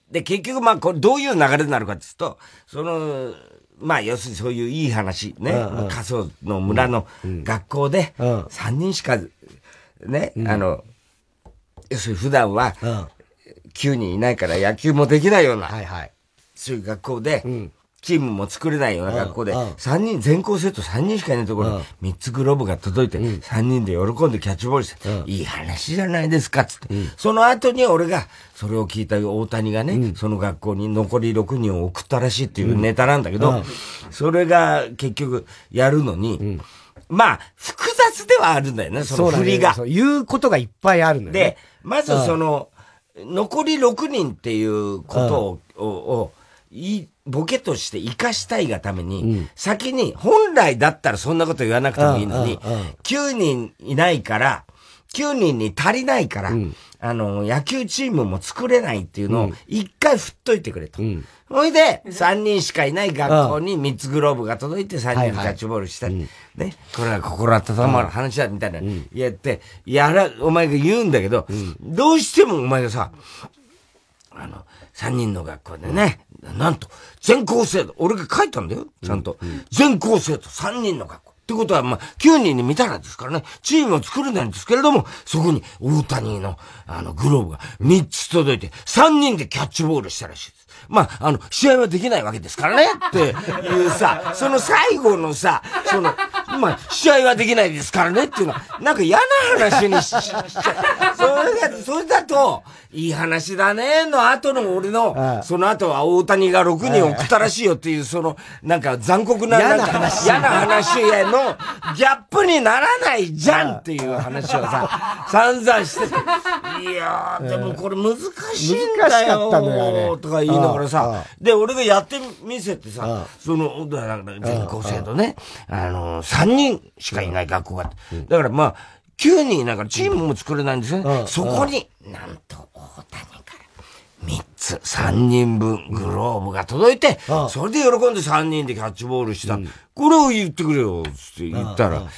で、結局まあ、これどういう流れになるかっていうと、まあ、要するにそういういい話、ね、過疎の村の学校で、3人しか、ね、要するに普段は、9人いないから野球もできないような、そういう学校で、チームも作れないような学校で、3人、全校生徒3人しかいないところに、3つグローブが届いて、3人で喜んでキャッチボールして、いい話じゃないですか、つって。その後に俺が、それを聞いた大谷がね、その学校に残り6人を送ったらしいっていうネタなんだけど、それが結局やるのに、まあ、複雑ではあるんだよね、その振りが。 そういうことがいっぱいあるのよね。 で、まず残り6人っていうことを、ボケとして活かしたいがために、先に、本来だったらそんなこと言わなくてもいいのに、9人いないから、9人に足りないから、野球チームも作れないっていうのを一回振っといてくれと。ほいで、3人しかいない学校に3つグローブが届いて3人でキャッチボールしたり、ね、これは心温まる話だ、みたいな、言って、お前が言うんだけど、どうしてもお前がさ、3人の学校でね、なんと、全校生徒、俺が書いたんだよ、ちゃんと。全校生徒3人の学校。ってことは、まあ、9人に満たないですからね、チームを作れないんですけれども、そこに大谷の、グローブが3つ届いて、3人でキャッチボールしたらしいです。まあ、試合はできないわけですからね、っていうさ、その最後のさ、まあ、試合はできないですからねっていうのは、なんか嫌な話にしちゃう。それだと、いい話だね、の後の俺の、その後は大谷が6人送ったらしいよっていう、なんか残酷な、なんか嫌な話へのギャップにならないじゃんっていう話をさ、散々してて、いやー、でもこれ難しいんだよ。難しかったのよ、あれ。とか言いながらさ、で、俺がやってみせてさ、全校生徒ね、3人しかいない学校があって。だからまあ、9人いないからチームも作れないんですよ。そこに、なんと大谷から3つ、3人分グローブが届いて、それで喜んで3人でキャッチボールした。これを言ってくれよ、って言ったら、いや、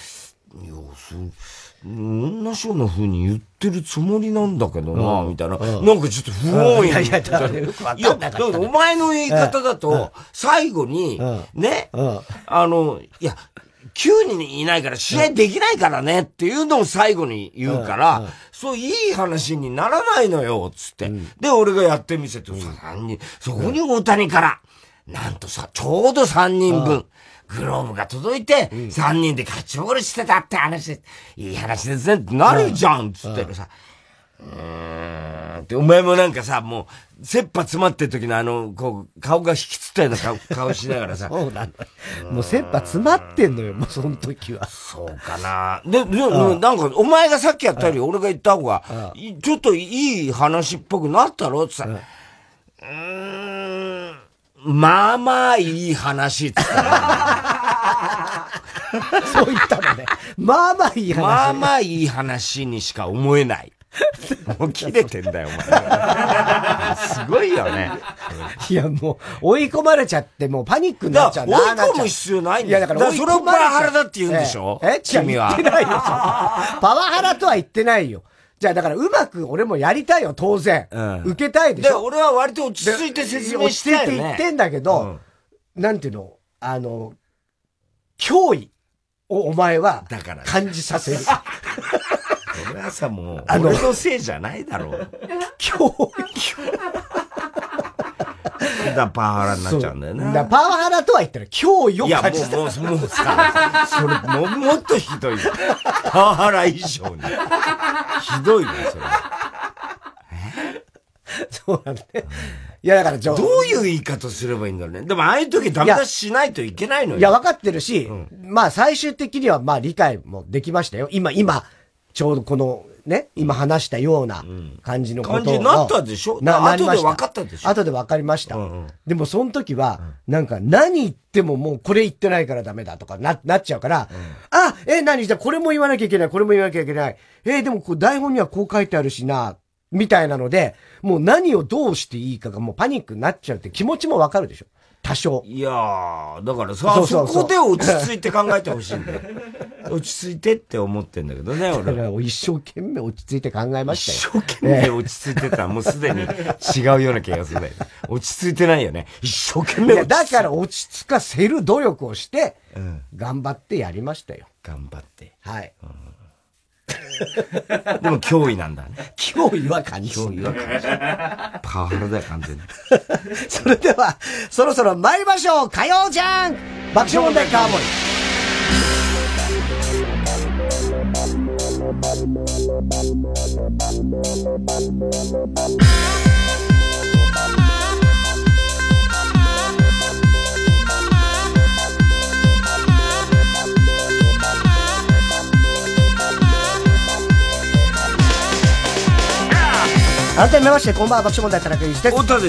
同じような風に言ってるつもりなんだけどな、みたいな。なんかちょっと不穏や。いや、だからお前の言い方だと、最後に、ね、いや、9人いないから試合できないからねっていうのを最後に言うから、そういい話にならないのよ、つって。で、俺がやってみせて、3人、そこに大谷から、なんとさ、ちょうど3人分、グローブが届いて、3人でキャッチボールしてたって話で、いい話ですねってなるじゃん、つってるさ。って、お前もなんかさ、もう、切羽詰まってる時の顔が引きつったような顔しながらさ。 そうなの。もう切羽詰まってんのよ、もうその時は。 そうかな。で、なんか、お前がさっきやったより俺が言った方が、ちょっといい話っぽくなったろってさ、まあまあいい話って言ったそう言ったのね。まあまあいい話。 まあまあいい話にしか思えない。もう切れてんだよ、お前。すごいよね。 いや、もう、追い込まれちゃって、もうパニックになっちゃう。 追い込む必要ないんだよ。いや、だからそれをパワハラだって言うんでしょ？君は。 言ってないよ。パワハラとは言ってないよ。じゃあだからうまく俺もやりたいよ、当然。受けたいでしょ。 で、俺は割と落ち着いて説明して落ち着いて言ってんだけど、なんていうの、脅威をお前は感じさせる。 俺はさ、もう、俺のせいじゃないだろう。 脅威。 パワハラになっちゃうんだよね。 パワハラとは言ったら脅威を感じた。 いや、もうさ、それもっとひどい。パワハラ以上に。ひどいね、それ。 そうなんだね。いや、だからどういう言い方すればいいんだろうね。でも、ああいう時ダメ出ししないといけないのよ。 いや、分かってるし、まあ、最終的には、まあ、理解もできましたよ。今、ちょうどこの、ね、今話したような感じのことを。 感じになったでしょ？後で分かったでしょ？ 後で分かりました。でも、その時は、なんか、何言ってももうこれ言ってないからダメだとかなっちゃうから、何じゃこれも言わなきゃいけない、これも言わなきゃいけない。でも台本にはこう書いてあるしな、みたいなので、もう何をどうしていいかがもうパニックになっちゃうって気持ちも分かるでしょ？ 多少。 いやー、だからさ、そこで落ち着いて考えてほしいんだよ。落ち着いてって思ってんだけどね、俺。 だから一生懸命落ち着いて考えましたよ。一生懸命落ち着いてたらもうすでに違うような気がするんだよ。落ち着いてないよね。一生懸命落ち着いて。だから落ち着かせる努力をして、頑張ってやりましたよ。 頑張って。 はい。 でも脅威なんだね。 脅威は感じる。 脅威は感じる。パワハラだよ、完全に。 それでは、そろそろ参りましょう。火曜ジャン爆笑問題カーボーイ。改めましてこんばんは、爆笑問題田中裕二です。 太田です。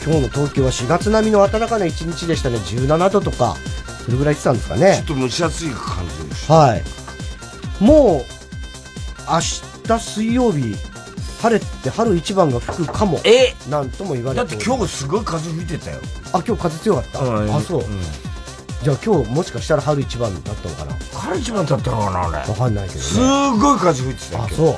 今日の東京は4月並みの暖かな一日でしたね。17度とかそれぐらい言ってたんですかね。 ちょっと蒸し暑い感じでした。 はい。もう明日水曜日晴れて春一番が吹くかも。なんとも言われて。 だって今日すごい風吹いてたよ。 あ、今日風強かった。あ、そう。じゃあ今日もしかしたら春一番だったのかな。 春一番だったのかな、あれ。 わかんないけどね。 すごい風吹いてたよ。 あ、そう。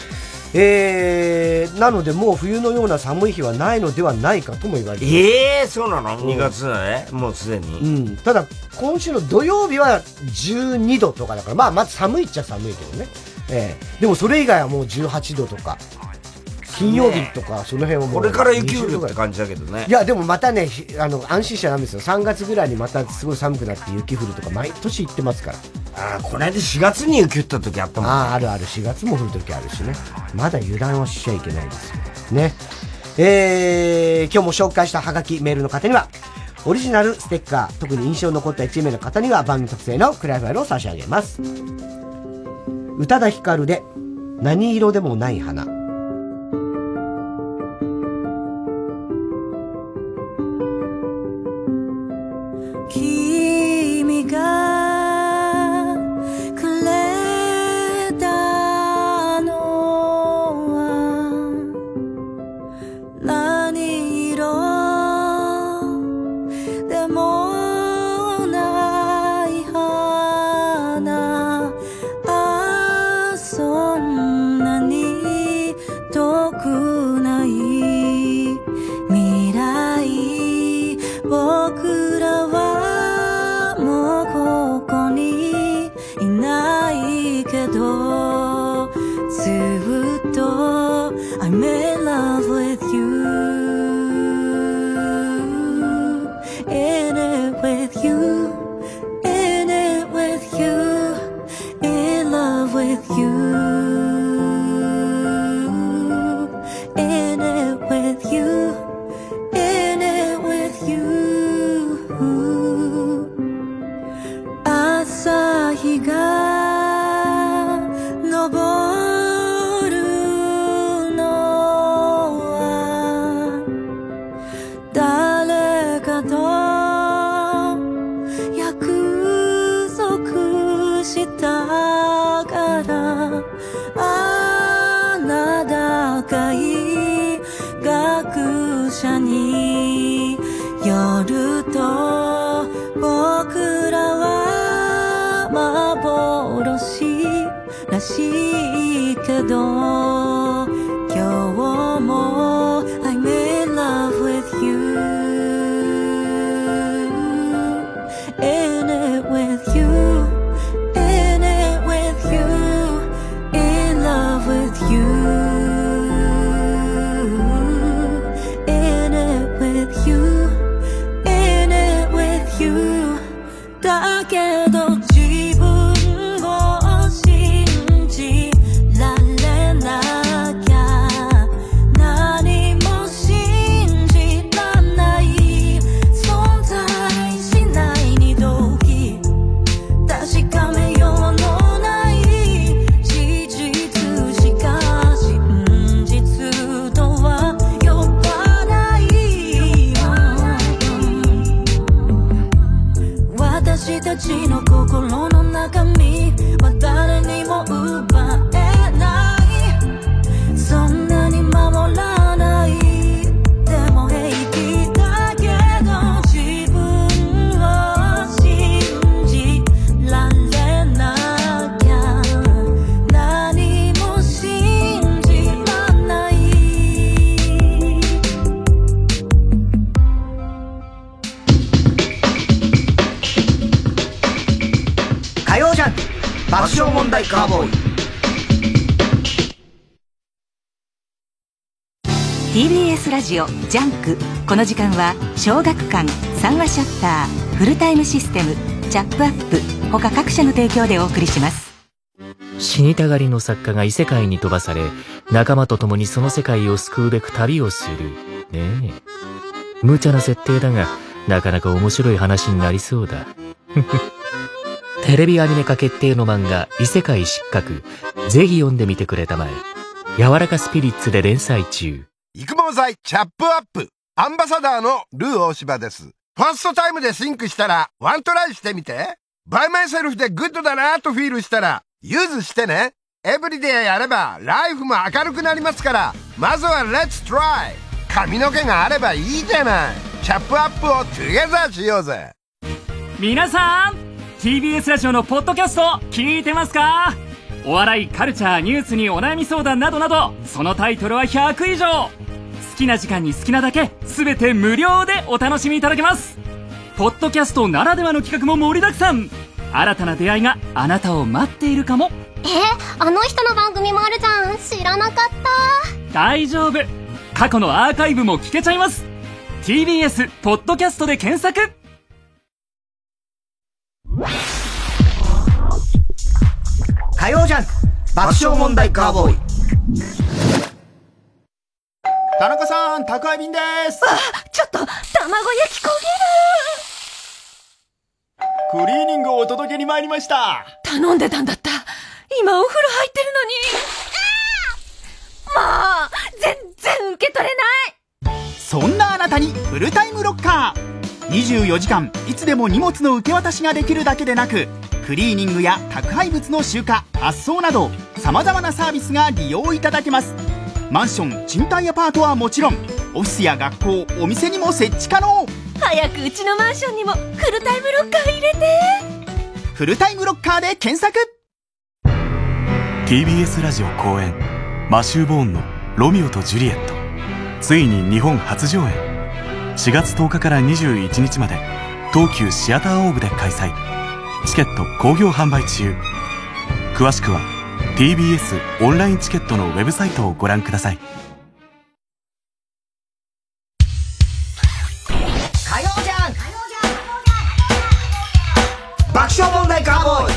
なのでもう冬のような寒い日はないのではないかとも言われています。そうなの ?2 月だね。もうすでに。 ただ今週の土曜日は12度とかだから、まず寒いっちゃ寒いけどね。でもそれ以外はもう18度とか。金曜日とかその辺はもうこれから雪降るって感じだけどね。 いやでもまたね、安心しちゃダメですよ。3月ぐらいにまたすごい寒くなって雪降るとか毎年言ってますから。 この間4月に雪降った時あったもんね。 ある4月も降る時あるしね。まだ油断はしちゃいけないですよね。今日も紹介したハガキメールの方にはオリジナルステッカー、特に印象に残った1名の方には番組特製のクライファイルを差し上げます。宇多田ヒカルで何色でもない花。 君がくれたのは何色でもない花。あ、そんなに遠くない未来。僕らはもうここにいないけど、ずっと I'm in love with you, in it with you, in it with you, in love with you, in it with you, in it with you。朝日が昇るのは題カーボーイ。 TBS ラジオジャンク。この時間は小学館、三話シャッター、フルタイムシステム、チャップアップ他各社の提供でお送りします。 死にたがりの作家が異世界に飛ばされ、仲間と共にその世界を救うべく旅をする。ねえ、無茶な設定だがなかなか面白い話になりそうだ。テレビアニメ化決定の漫画異世界失格、ぜひ読んでみてくれたまえ。柔らかスピリッツで連載中。 育毛剤チャップアップアンバサダーのルー大柴です。ファーストタイムでシンクしたらワントライしてみて。バイマイセルフでグッドだなとフィールしたらユーズしてね。エブリデイやればライフも明るくなりますから、まずはレッツトライ。髪の毛があればいいじゃない。チャップアップをトゥゲザーしようぜ。 皆さん TBS ラジオのポッドキャスト聞いてますか？お笑い、カルチャー、ニュースにお悩み相談などなど、そのタイトルは100以上。好きな時間に好きなだけ全て無料でお楽しみいただけます。ポッドキャストならではの企画も盛りだくさん。新たな出会いがあなたを待っているかも。 あの人の番組もあるじゃん。知らなかった。 大丈夫、過去のアーカイブも聞けちゃいます。 TBS ポッドキャストで検索。 火曜ジャンク爆笑問題カーボーイ。 田中さん、宅配便です。 ちょっと卵焼き焦クリーニングをお届けに参りました。 頼んでたんだった。今お風呂入ってるのに。もう全然受け取れない。 そんなあなたにフルタイムロッカー。24時間いつでも荷物の受け渡しができるだけでなく、クリーニングや宅配物の集荷、発送など様々なサービスが利用いただけます。マンション、賃貸アパートはもちろん、オフィスや学校、お店にも設置可能。 早くうちのマンションにもフルタイムロッカー入れて。 フルタイムロッカーで検索。 TBS ラジオ公演マシュー・ボーンのロミオとジュリエット、ついに日本初上演。4月10日から21日まで東急シアターオーブで開催。チケット好評販売中。詳しくは TBS オンラインチケットのウェブサイトをご覧ください。 火曜ジャンク爆笑問題カーボーイ。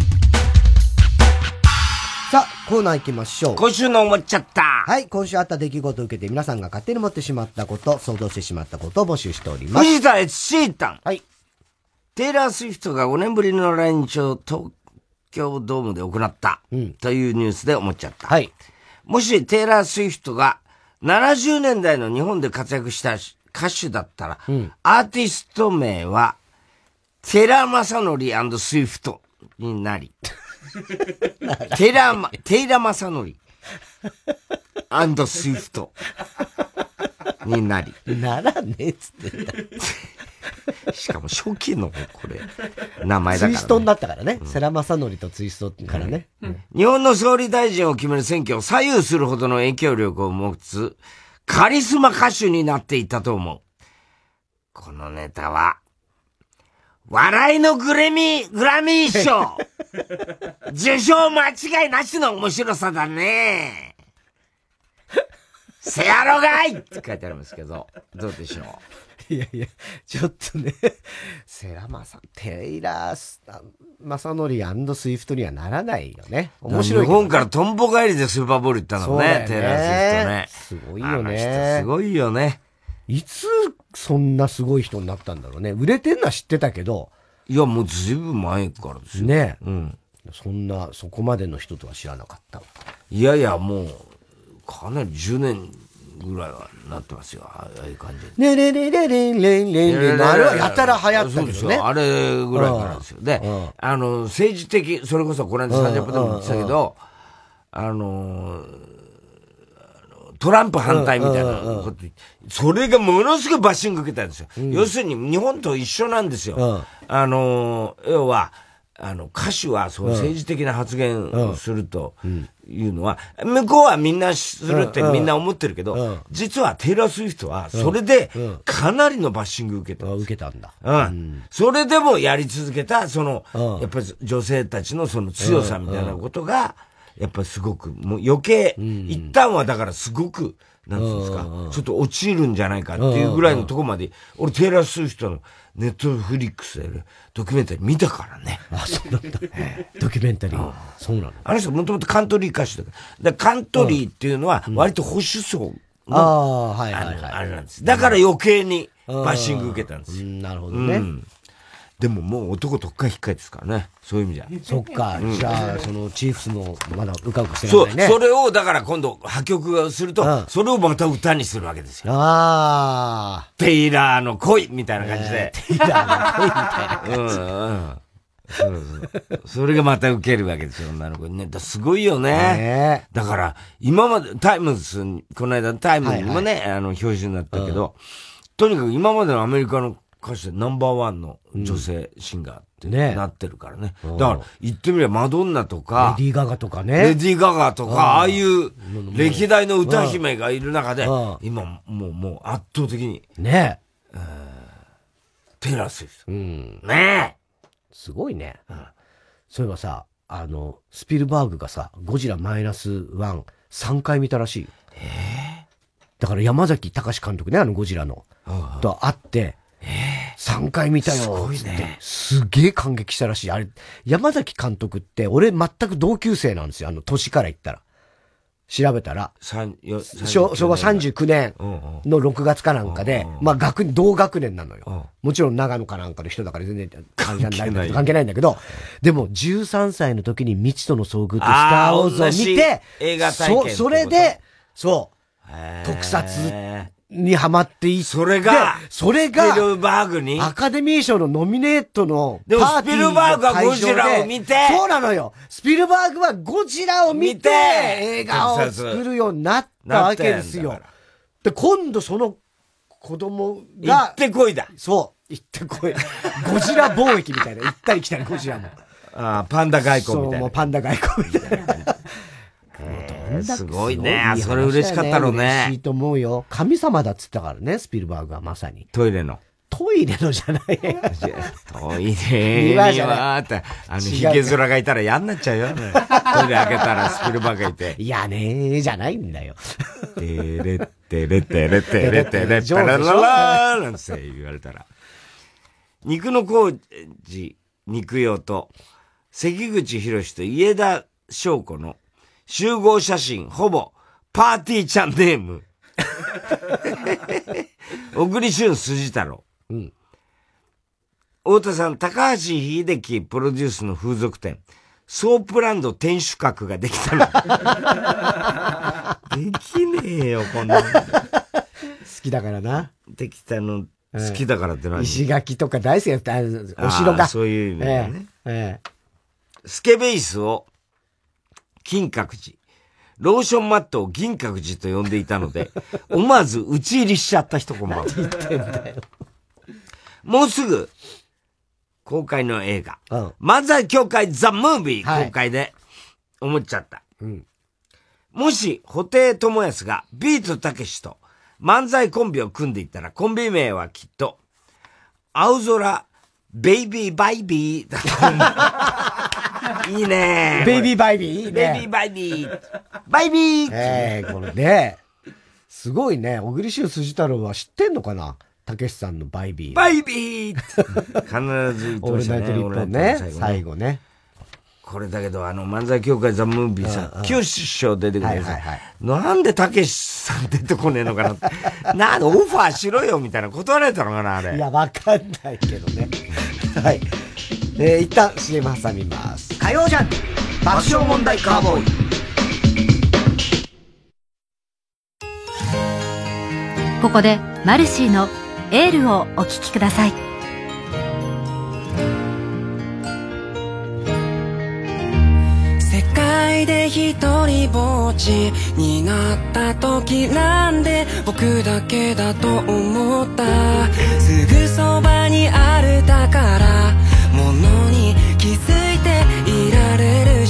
さあ、コーナー行きましょう。 今週の思っちゃった。 はい、今週あった出来事を受けて皆さんが勝手に持ってしまったこと、想像してしまったことを募集しております。 藤田悦シータン。 はい。 テイラー・スウィフトが5年ぶりの来日を東京ドームで行った、というニュースで思っちゃった。 はい。 もしテイラー・スウィフトが70年代の日本で活躍した歌手だったら、アーティスト名は寺正則&スウィフトになり、寺正則&スウィフトになり。 ならねえっつってんだ。 しかも初期のこれ名前だから、ね、 ツイストになったからね。世良正則とツイストからね、 日本の総理大臣を決める選挙を左右するほどの影響力を持つカリスマ歌手になっていたと思う。このネタは笑いのグラミー賞受賞間違いなしの面白さだね。せやろがいって書いてありますけど、どうでしょう。 いやいや、ちょっとね、テイラー正則&スイフトにはならないよね。面白い、ね。 日本からトンボ帰りでスーパーボール行ったのね、テイラー・スウィフトね。 すごいよね。 すごいよね。 いつそんなすごい人になったんだろうね。売れてんのは知ってたけど。 いや、もうずいぶん前からですよ。 ね。そこまでの人とは知らなかった。 いやいや、もう、かなり10年ぐらいはなってますよ。ああいう感じで。 ねれれれれれれれれあれはやたら流行ったけどね。 あれぐらいからですよ。で、政治的、それこそこの間30分でも言ってたけど、トランプ反対みたいなこと、それがものすごいバッシング受けたんですよ。要するに日本と一緒なんですよ。要は、 歌手はそう政治的な発言をするというのは、向こうはみんなするってみんな思ってるけど、実はテイラー・スウィフトはそれでかなりのバッシング受けた。 受けたんだ。 それでもやり続けた、やっぱり女性たちのその強さみたいなことが、やっぱりすごく、もう余計、一旦はだからすごく、なんていうんですか、ちょっと落ちるんじゃないかっていうぐらいのところまで、俺テイラー・スウィフトのネットフリックスでドキュメンタリー見たからね。 あ、そうなんだ。ドキュメンタリー。そうなの。 あの人もともとカントリー歌手だから。カントリーっていうのは割と保守層の、あれなんです。だから余計にバッシング受けたんですよ。 なるほどね。 でももう男とっかい引っかいですからね。そういう意味じゃ。 そっか。じゃあ、そのチーフスもまだうかうかしてないね。 それをだから今度破局がすると、それをまた歌にするわけですよ。テイラーの恋みたいな感じで。 テイラーの恋みたいな感じ。それがまた受けるわけですよ、女の子にね。すごいよね。だから、今まで、タイムズ、この間タイムズにもね、表紙になったけど、とにかく今までのアメリカの歌手でナンバーワンの女性シンガーってなってるからね。だから言ってみればマドンナとか、 レディー・ガガとかね。 レディー・ガガとか、ああいう歴代の歌姫がいる中で、今もう圧倒的に。 ねテイラー・スウィフト。ねえ。 すごいね。そういえばさ、スピルバーグがさ、ゴジラ-1、3回見たらしいよ。だから山崎隆監督ね、ゴジラの。と会って、3回見たよ。すごいね。すげえ感激したらしい。あれ、山崎監督って、俺全く同級生なんですよ。年から言ったら。調べたら。昭和39年の6月かなんかで、まあ同学年なのよ。もちろん長野かなんかの人だから全然関係ないんだけど、でも13歳の時に未知との遭遇とスターウォーズを見て、 映画体験それで、特撮にハマっていって、 それが、 スピルバーグにアカデミー賞のノミネートのパーティーの会場で、でもスピルバーグはゴジラを見て、 そうなのよ。スピルバーグはゴジラを見て、映画を作るようになったわけですよ。で、今度その子供が、 行ってこいだ。 そう、行ってこい。ゴジラ貿易みたいな、行ったり来たりゴジラも。 パンダ外交みたいな。 そう、もうパンダ外交みたいな。 すごいね。それ嬉しかったろうね。 嬉しいと思うよ。神様だっつったからね、スピルバーグはまさに。 トイレのじゃない。 トイレにはって、ヒゲ面がいたら嫌になっちゃうよ。トイレ開けたらスピルバーグがいて。 いやねーじゃないんだよ。 てれってれってれってれってれってらららーなんて言われたら。肉の工事、肉用と、関口博と家田翔子の集合写真、ほぼ、パーティーちゃんネーム。小栗旬筋太郎。太田さん、高橋秀樹プロデュースの風俗店、ソープランド天守閣ができたの。できねえよ、こんなの。好きだからな。 できたの、好きだからって何？ 石垣とか大好きだった。お城が。 そういう意味だね。スケベイスを、金閣寺、ローションマットを銀閣寺と呼んでいたので、思わず打ち入りしちゃった人こんばんは。 言ってんだよ。 もうすぐ、公開の映画、漫才協会ザ・ムービー公開で、思っちゃった。もし、布袋寅泰がビートたけしと漫才コンビを組んでいったら、コンビ名はきっと、青空、ベイビーバイビーだと思う。いいね。 ベイビーバイビーいいね。 ベイビーバイビー。バイビーこれね。すごいね。小栗旬筋太郎は知ってんのかな？たけしさんのバイビー。 バイビー必ず言ってましたね。 オールナイトニッポンね。最後ね。 これだけど、漫才協会ザ・ムービーさ、九州師匠出てくるさ、なんでたけしさん出てこねえのかな。なんでオファーしろよみたいな断られたのかな、あれ。 いや、わかんないけどね。はい。一旦 CM 挟みます。 火曜ジャンク爆笑問題カーボーイ。 ここでマルシーのエールをお聞きください。 世界で一人ぼっちになった時なんで僕だけだと思った。すぐそばにある宝物に気づい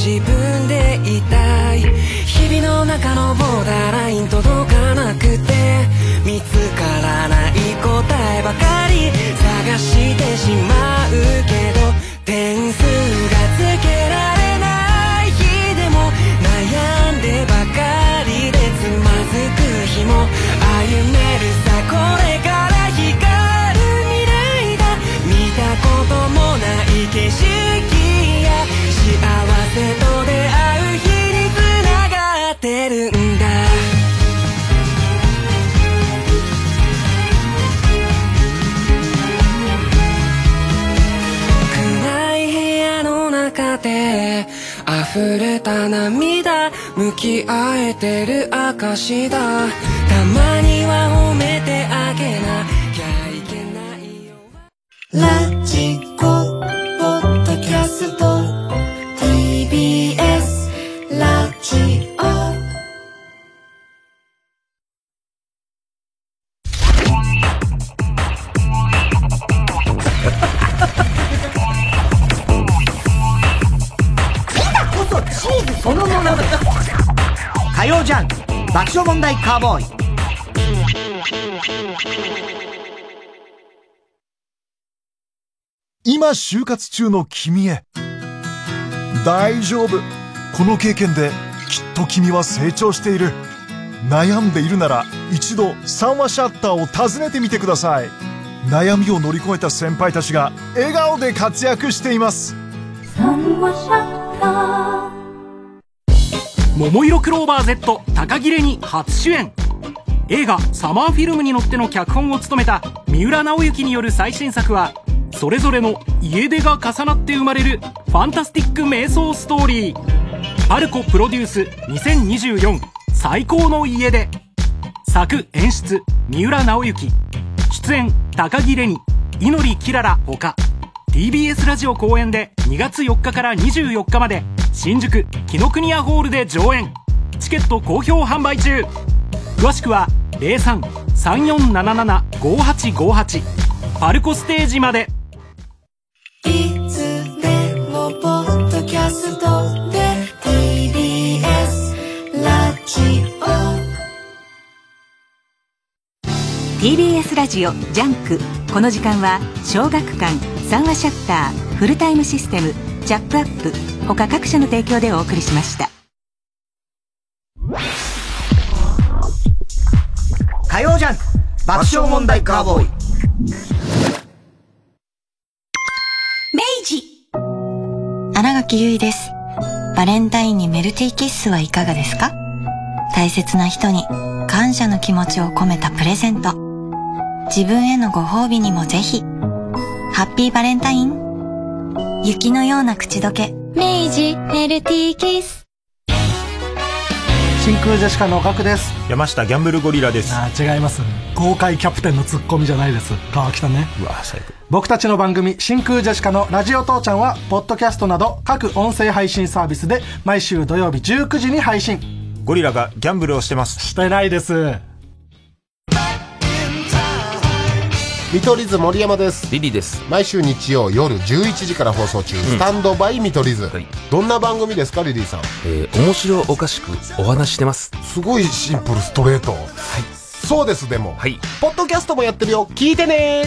自分でいたい。日々の中のボーダーライン届かなくて見つからない答えばかり探してしまうけど、点数がつけられない日でも悩んでばかりでつまずく日も歩めるさ、これから光る未来だ。見たこともない景色や幸せと出会う日につながってるんだ。暗い部屋の中で溢れた涙、向き合えてる証だ。たまには褒めてあげなきゃいけないよ。ラジコポッドキャスト TBS ラジオ。 チーズそのものだ。火曜ジャンク爆笑問題カーボーイ。 今就活中の君へ。大丈夫。この経験できっと君は成長している。悩んでいるなら一度三話シャッターを訪ねてみてください。悩みを乗り越えた先輩たちが笑顔で活躍しています。 三話シャッター。 桃色クローバー Z 高木玲に初主演。映画サマーフィルムに乗っての脚本を務めた三浦直之による最新作は、それぞれの家出が重なって生まれるファンタスティック瞑想ストーリー。パルコプロデュース2024最高の家出。作演出三浦直之、出演高木玲、祈りきららほか。 TBS ラジオ公演で2月4日から24日まで新宿紀ノ国屋ホールで上演。チケット好評販売中。詳しくは 03-3477-5858 パルコステージまで。 いつでもポッドキャストで TBS ラジオ。 TBS ラジオジャンク。この時間は小学館、三話シャッター、フルタイムシステム、チャップアップ他各社の提供でお送りしました。 火曜ジャンク爆笑問題カーボーイ。 明治。新垣結衣です。バレンタインにメルティーキッスはいかがですか？大切な人に感謝の気持ちを込めたプレゼント。自分へのご褒美にもぜひ。ハッピーバレンタイン。雪のような口どけ。 明治メルティーキッス。 真空ジェシカのガクです。 山下ギャンブルゴリラです。 違います。豪快キャプテンのツッコミじゃないです。川北ね。 うわ、最高。 僕たちの番組真空ジェシカのラジオ父ちゃんはポッドキャストなど各音声配信サービスで毎週土曜日19時に配信。 ゴリラがギャンブルをしてます。 してないです。 見取り図森山です。 リリーです。 毎週日曜夜11時から放送中、スタンドバイ見取り図、はい、どんな番組ですかリリーさん？ 面白おかしくお話してます。 すごいシンプルストレート。はい、そうです。でも、はい、ポッドキャストもやってるよ、聞いてね。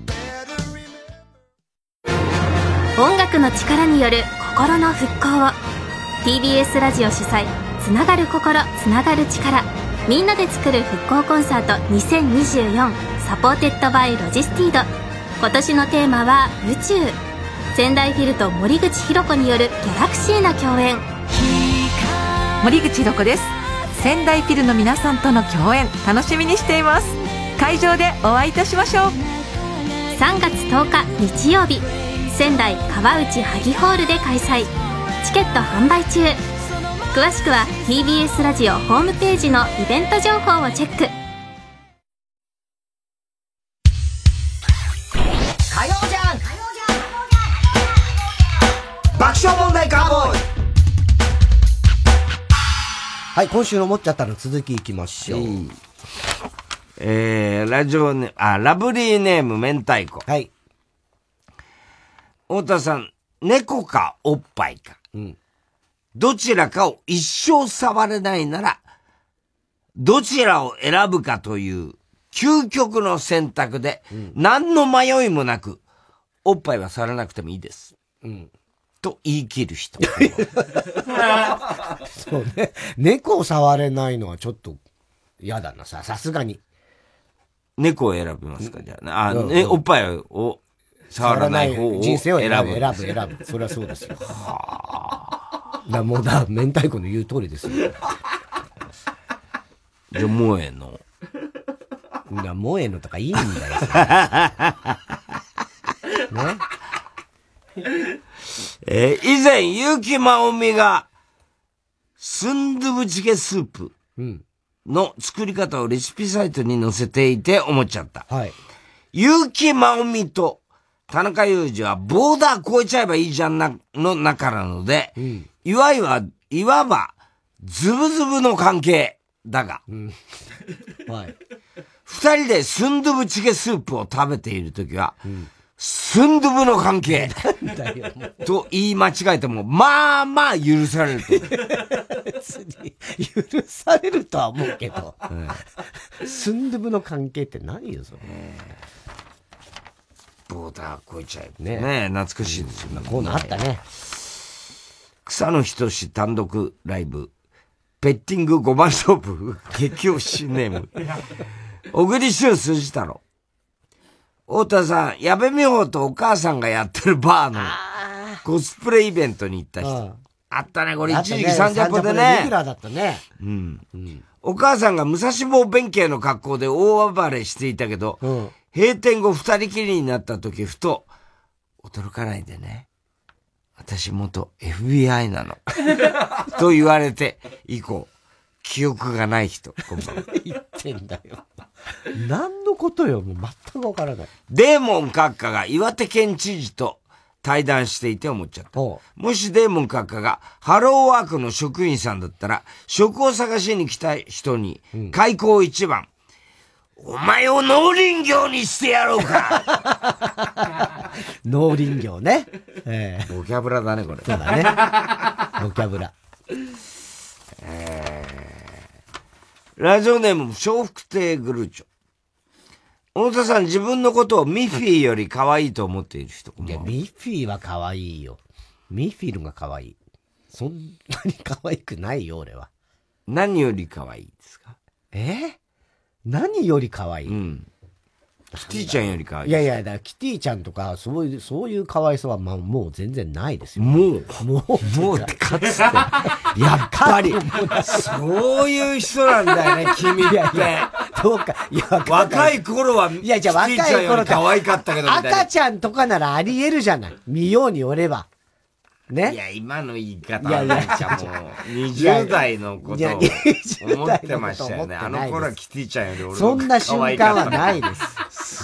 音楽の力による心の復興を TBS ラジオ主催、つながる心つながる力、みんなで作る復興コンサート2024サポーテッドバイロジスティード。今年のテーマは宇宙。仙台フィルと森口博子によるギャラクシーな共演。 森口博子です。仙台フィルの皆さんとの共演楽しみにしています。会場でお会いいたしましょう。 3月10日日曜日、仙台川内萩ホールで開催。チケット販売中。詳しくは TBS ラジオホームページのイベント情報をチェック。 火曜じゃん爆笑問題カーボーイ。はい、今週の思っちゃったの続きいきましょう。 ラジオネラブリーネーム明太子。 はい。 太田さん、猫かおっぱいか。うん。 どちらかを一生触れないなら、どちらを選ぶかという究極の選択で、何の迷いもなく、おっぱいは触らなくてもいいです。と言い切る人。 そうね。猫を触れないのはちょっと嫌だな、さすがに。 猫を選びますか、じゃあ。おっぱいを触らない方を人生を選ぶ。 選ぶ。それはそうですよ。もう明太子の言う通りですよ。 じゃあ、萌えの。 萌えのとかいいんだよ。 ね。以前、結城まおみが、スンドゥブチゲスープの作り方をレシピサイトに載せていて思っちゃった。 はい。 結城まおみと田中裕二はボーダー越えちゃえばいいじゃんの仲なので、いわば、ズブズブの関係だが、 はい。 二人でスンドゥブチゲスープを食べているときは、スンドゥブの関係と言い間違えても、まあまあ許されると。 別に許されるとは思うけど、スンドゥブの関係って何よ、それ。 ボーダー越えちゃえばね。懐かしいですよね。 こうなったね。 草野仁単独ライブ、ペッティング5番勝負、激推しネーム。小栗旬筋太郎。太田さん、矢部美穂とお母さんがやってるバーのコスプレイベントに行った人。あったね、これ一時期30分でね。 レギュラーだったね。 お母さんが武蔵坊弁慶の格好で大暴れしていたけど、閉店後二人きりになった時、ふと、驚かないでね。私元 FBI なの。と言われて、以降、記憶がない人。こんばんは。 言ってんだよ。何のことよ、もう全くわからない。 デーモン閣下が岩手県知事と対談していて思っちゃった。もしデーモン閣下がハローワークの職員さんだったら、職を探しに来た人に、開口一番、お前を農林業にしてやろうか農林業ね。 ボキャブラだね、これ。 そうだね。ボキャブラ。 ラジオネーム、笑福亭グルーチョ。太田さん、自分のことをミッフィーより可愛いと思っている人。 いや、ミッフィーは可愛いよ。ミッフィーのが可愛い。そんなに可愛くないよ、俺は。 何より可愛いですか？ 何より可愛い？ キティちゃんより可愛い。 いやいや、だからキティちゃんとか、そういう可愛さは、まあ、もう全然ないですよ。 もうってかつて。やっぱり、そういう人なんだよね、君って。 どうか、いや、 若い頃は、 いや、じゃあ若い頃キティちゃんより可愛かったけど、 赤ちゃんとかならあり得るじゃない。見ようによれば。ね。 いや、今の言い方はなんかもう、20代のことを思ってましたよね。あの頃はキティちゃんより俺そんな瞬間はないです。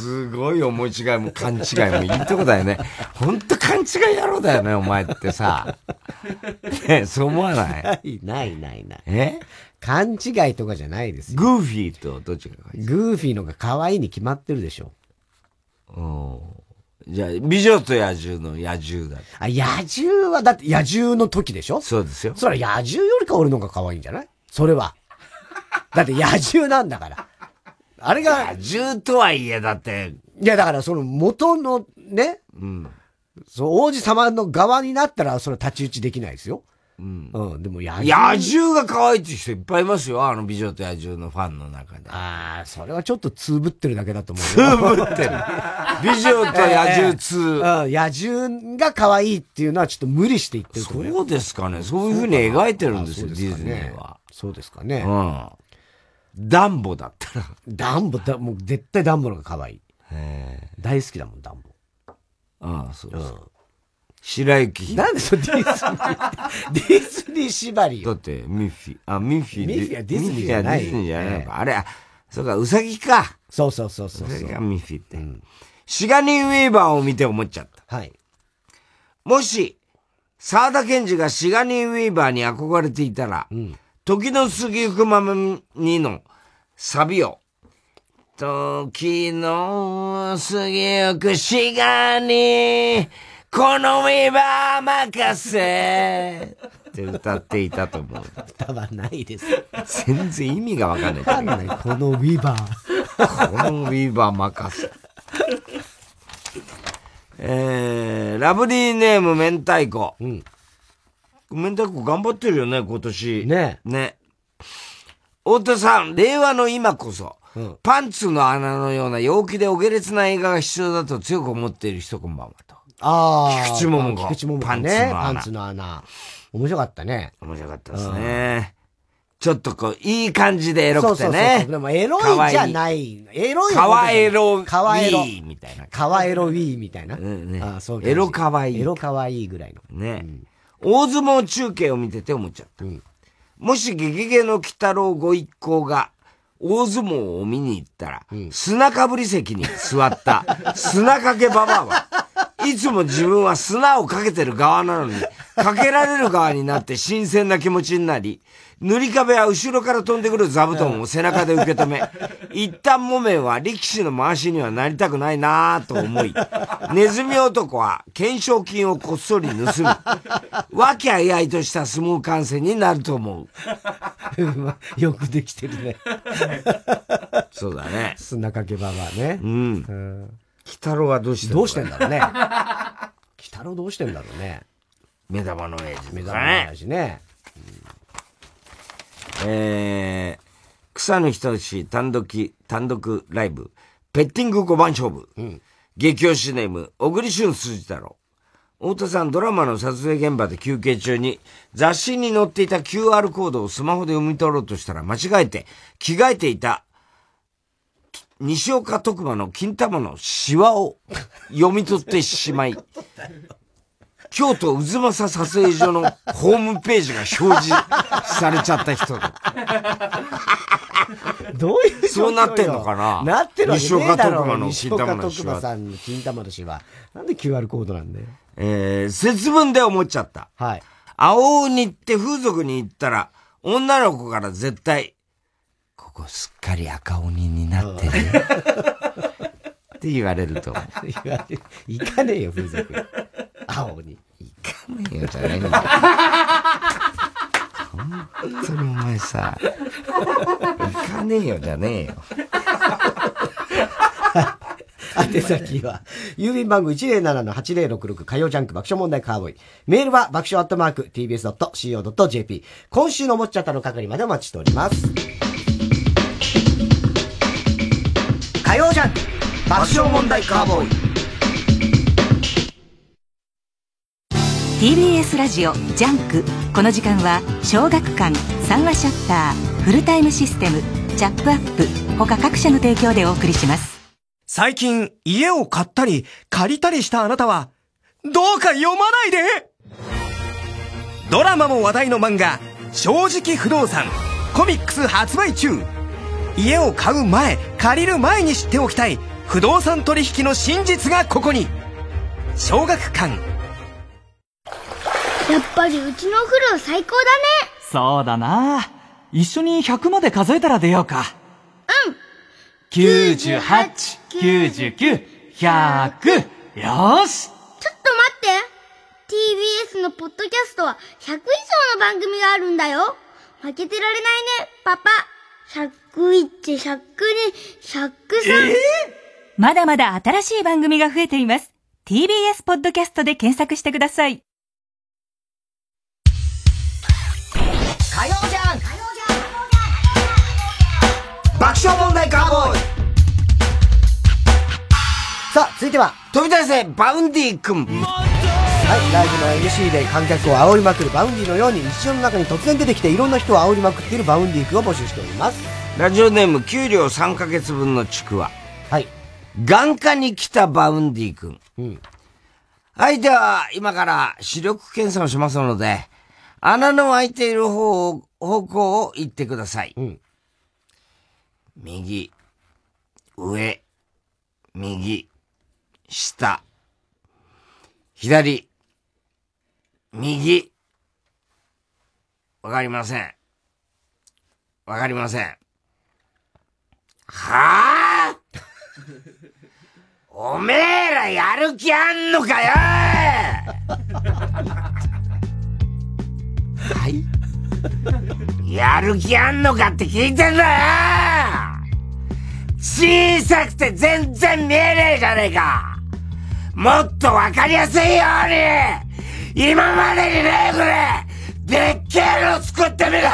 すごい思い違いも勘違いもいいとこだよね。ほんと勘違い野郎だよね、お前ってさ。そう思わない？ ない。勘違いとかじゃないですよ。 グーフィーとどっちが可愛い？ グーフィーのが可愛いに決まってるでしょ。 じゃあ、美女と野獣の野獣だ。 野獣はだって野獣の時でしょ？ そうですよ。 それは野獣よりか俺のが可愛いんじゃない？それは。だって野獣なんだから。あれが。 野獣とはいえだって。 いやだからその元のね。そう、王子様の側になったらそれ太刀打ちできないですよ。でも野獣が可愛いって人いっぱいいますよ。あの美女と野獣のファンの中で。 それはちょっとつぶってるだけだと思うよ。 つぶってる。美女と野獣2。 野獣が可愛いっていうのはちょっと無理して言ってると思うよ。 そうですかね。そういう風に描いてるんですよ、ディズニーは。 そうですかね。 ダンボだったら。 もう絶対ダンボのが可愛い。大好きだもん、ダンボ。 そうです。白雪。 なんでそれディズニー縛りよ。 だって、ミッフィー。ミッフィー。 ミッフィーはディズニーじゃない。 ディズニーじゃないのか。あれ、そうか、ウサギか。 そう。 それがミッフィーって。シガニー・ウェーバーを見て思っちゃった。 はい。 もし、沢田研二がシガニー・ウェーバーに憧れていたら、時の過ぎゆくままにのサビを、時の過ぎゆくシガニー、このウェーバー任せっして歌っていたと思う。 歌はないです。 全然意味がわかんない。 わかんない、このウィーバー。このウィーバー任せ。ラブリーネーム明太子。うん。明太子頑張ってるよね、今年。 ね。 太田さん、令和の今こそ、パンツの穴のような陽気でお下劣な映画が必要だと強く思っている人こんばんはと。菊池桃子。 菊池桃子ね。パンツの穴。面白かったね。 面白かったですね。ちょっとこう、いい感じでエロくてね。 でもエロいじゃない。エロい。 かわエロ。 かわエロ。 みたいな。 かわエロウィーみたいな。 エロかわいい。 エロかわいいぐらいの。 ね。大相撲中継を見てて思っちゃった。もしゲゲゲの鬼太郎ご一行が大相撲を見に行ったら、砂かぶり席に座った砂かけババアはいつも自分は砂をかけてる側なのに、かけられる側になって新鮮な気持ちになり、塗り壁は後ろから飛んでくる座布団を背中で受け止め、一旦木綿は力士の回しにはなりたくないなぁと思い、ネズミ男は懸賞金をこっそり盗み、和気あいあいとした相撲観戦になると思う。よくできてるね。 そうだね。 砂かけばばね。 鬼太郎はどうしてんだろうね。鬼太郎どうしてんだろうね。 目玉の親父。 目玉の親父ね。 草野仁志単独ライブ、ペッティング5番勝負。激推しネーム、小栗旬筋太郎。太田さん、ドラマの撮影現場で休憩中に、雑誌に載っていた QR コードをスマホで読み取ろうとしたら間違えて、着替えていた、西岡徳馬の金玉のシワを読み取ってしまい、京都渦政撮影所のホームページが表示されちゃった人だ。 どういうそうなってんのかな。 なってるわけねえだろ。 西岡徳馬の西岡徳馬さんの金玉のシワ。なんで QR コードなんだよ。 節分で思っちゃった。 はい。 青鬼って風俗に行ったら、女の子から絶対、ここすっかり赤鬼になってる。って言われると思う。 行かねえよ、風俗。青鬼。 行かねえよ、じゃないんだよ。本当にお前さ、行かねえよ、じゃねえよ。 宛先は、郵便番号 107-8066 火曜ジャンク爆笑問題カーボーイ。メールは爆笑@tbs.co.jp。今週のもっちゃったの係までお待ちしております。火曜ジャンク爆笑問題カーボーイ。 TBS ラジオジャンク。この時間は小学館、三話シャッター、フルタイムシステム、チャップアップ他各社の提供でお送りします。 最近家を買ったり借りたりしたあなたはどうか読まないで。ドラマも話題の漫画正直不動産コミックス発売中。家を買う前借りる前に知っておきたい不動産取引の真実がここに。小学館。 やっぱりうちのお風呂最高だね。 そうだな。一緒に100まで数えたら出ようか。 うん。 98、99、100。よーし。 ちょっと待って。TBS のポッドキャストは100以上の番組があるんだよ。負けてられないね、パパ。101、102、103。 まだまだ新しい番組が増えています。TBS ポッドキャストで検索してください。 火曜じゃん爆笑問題カーボーイ。さあ、続いては飛び出せバウンディ君。 はい、ライブの MC で観客を煽りまくるバウンディのように日常の中に突然出てきていろんな人を煽りまくっているバウンディ君を募集しております。 ラジオネーム給料3ヶ月分のちくわ。 はい。 眼科に来たバウンディ君。はい、では今から視力検査をしますので、穴の開いている方向を言ってください。右、上、右、下、左、右。わかりません。わかりません。はぁおめえらやる気あんのかよやる気あんのかって聞いてんだよ。小さくて全然見えねえじゃねえか。もっとわかりやすいように今までにねえぐらいでっけえの作ってみろよ。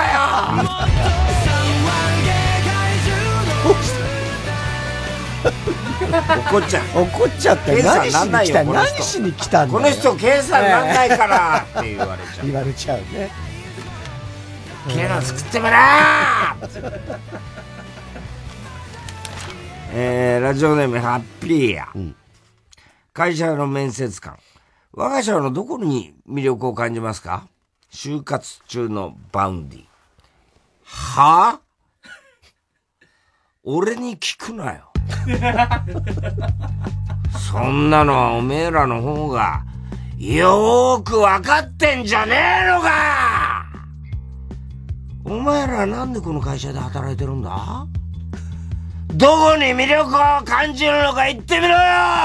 怒っちゃう。 怒っちゃって。 何しに来たんだよ。 何しに来たんだよ。 この人計算なんないからって言われちゃう。 言われちゃうね。 けえの作ってみろー。ラジオネームハッピーや。会社の面接官。我が社のどこに魅力を感じますか？就活中のバウンディ。はぁ？俺に聞くなよ。そんなのはおめえらの方がよーくわかってんじゃねえのか。お前らなんでこの会社で働いてるんだ？どこに魅力を感じるのか言ってみろよ。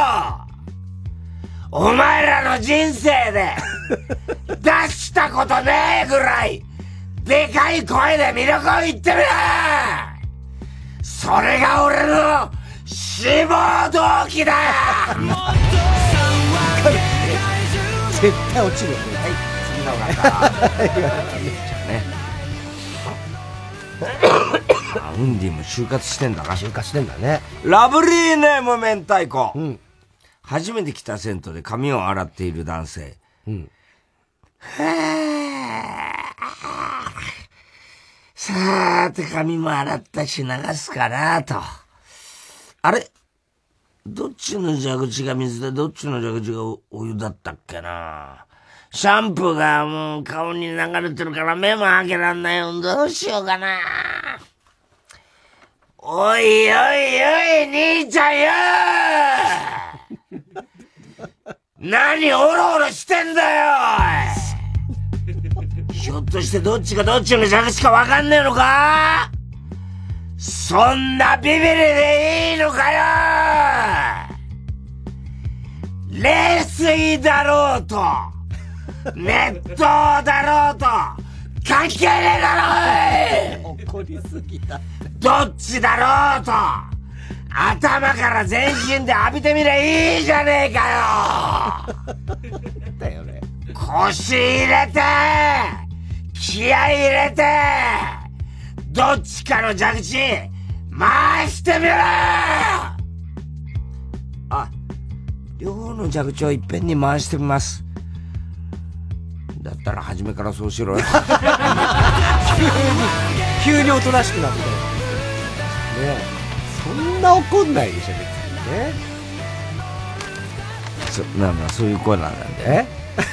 お前らの人生で出したことねえぐらいでかい声で魅力を言ってみろ。それが俺の志望動機だ。 絶対落ちるよね。 はい、次の方。バウンディも就活してんだな。 就活してんだね。 ラブリーネーム明太子。初めて来た銭湯で髪を洗っている男性。さーて髪も洗ったし流すかなと。あれ？どっちの蛇口が水でどっちの蛇口がお湯だったっけな。シャンプーがもう顔に流れてるから目も開けらんないよ。どうしようかな。おいおいおい兄ちゃんよ何オロオロしてんだよおい。ひょっとしてどっちがどっちの蛇口かわかんねえのか。そんなビビりでいいのかよ。冷水だろうと熱湯だろうと関係ねえだろ。 怒りすぎだ。 どっちだろうと頭から全身で浴びてみりゃいいじゃねえかよ。 だよね。 腰入れて気合い入れてどっちかの蛇口回してみろよ。あ、両方の蛇口をいっぺんに回してみます。だったら初めからそうしろよ。 急におとなしくなってねえ、そんな怒んないでしょ別にね。 まあそういうコーナーなんでね。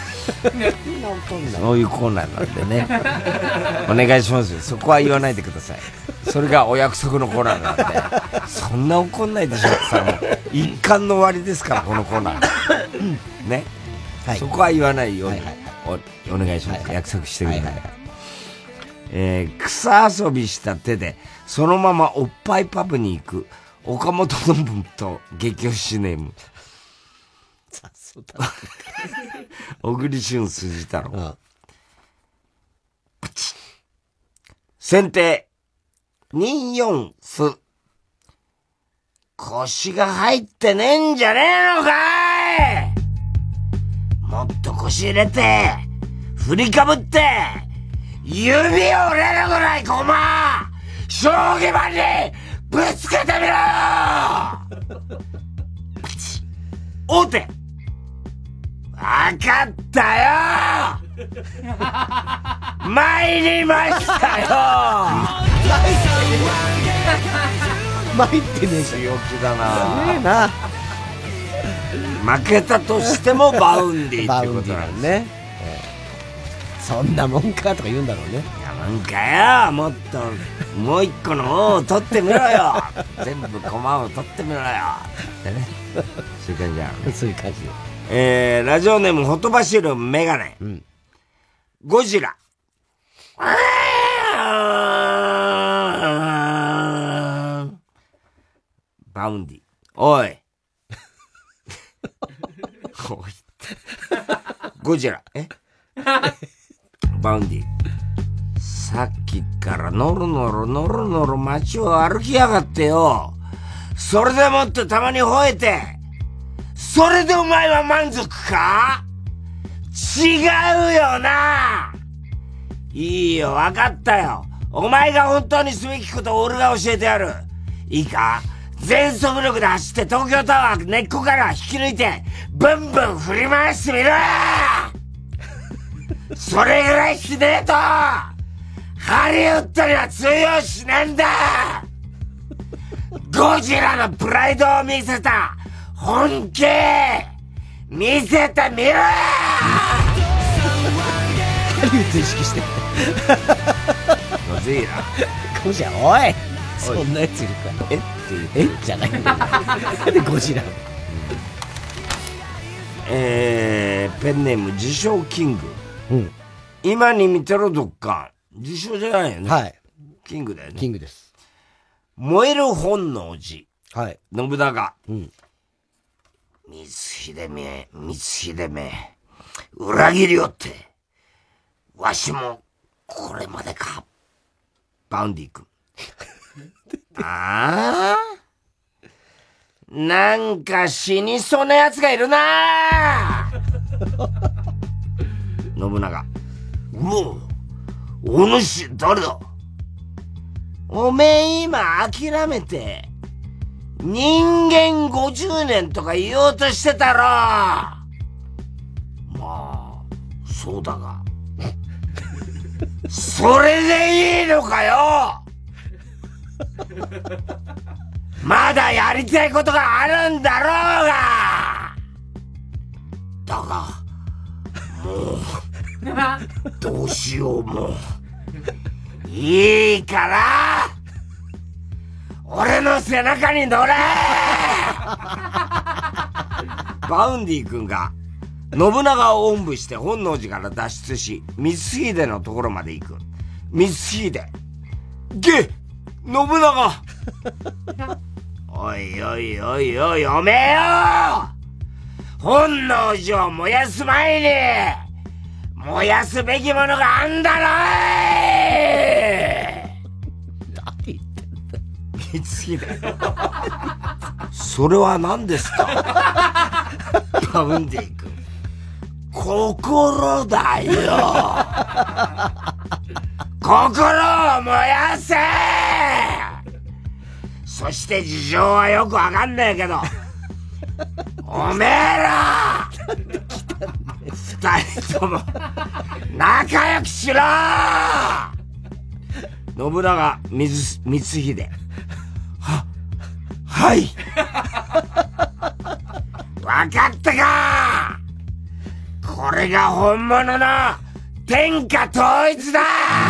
そういうコーナーなんでね。お願いしますよ。そこは言わないでください。それがお約束のコーナーなんで。そんな怒んないでしょさ、もう一貫の終わりですからこのコーナーね、はい、そこは言わないように、お願いします、はいはい、約束してください、はいはい、草遊びした手でそのままおっぱいパブに行く岡本信と激推しネーム小栗旬筋太郎。プチ先手24ス。腰が入ってねえんじゃねえのかい。もっと腰入れて振りかぶって指を折れるぐらい駒将棋盤にぶつけてみろよ。王手。わかったよ。参りましたよ。 参ってねえし。 強気だな。 ねえな。 負けたとしてもバウンディってことなんね。そんなもんかとか言うんだろうね。 いやもんかよ。もっともう一個の王を取ってみろよ。全部駒を取ってみろよ。ってね。そういう感じだね。 そういう感じ。 ラジオネームほとばしるメガネ、うん、ゴジラ。バウンディ。おい。おい。ゴジラ。バウンディ。 さっきからノロノロ街を歩きやがってよ。それでもってたまに吠えて、それでお前は満足か？違うよな。いいよ、わかったよ。お前が本当にすべきことを俺が教えてやる。いいか？全速力で走って東京タワー根っこから引き抜いて、ブンブン振り回してみろ。それぐらいしねえと、ハリウッドには通用しねえんだ。ゴジラのプライドを見せた本気見せてみろ。 ハリウッド意識してゴジラゴジラ、おいそんなやついるか。 って言ってじゃないんだよ。なんでゴジラ。 ペンネーム自称キング。今に見てろどっか。自称じゃないよね。 はい。 キングだよね。 キングです。 燃える本能寺。 はい。 信長。光秀め、裏切りよって。わしも、これまでか。バウンディ君。ああなんか死にそうな奴がいるな。信長。お主誰だ？おめえ今諦めて人間50年とか言おうとしてたろ。まあそうだがそれでいいのかよ。まだやりたいことがあるんだろうが。だがもうどうしようもいいから俺の背中に乗れ。バウンディ君が信長をおんぶして本能寺から脱出し光秀のところまで行く。光秀、信長。おいおめえよ、本能寺を燃やす前に燃やすべきものがあんだろい。 何言ってんだ光秀。それは何ですか？バウンディ君。心だよ。心を燃やせ。そして事情はよくわかんねえけどおめえら二人とも仲良くしろ。信長、光秀。はい。わかったか。これが本物の天下統一だ。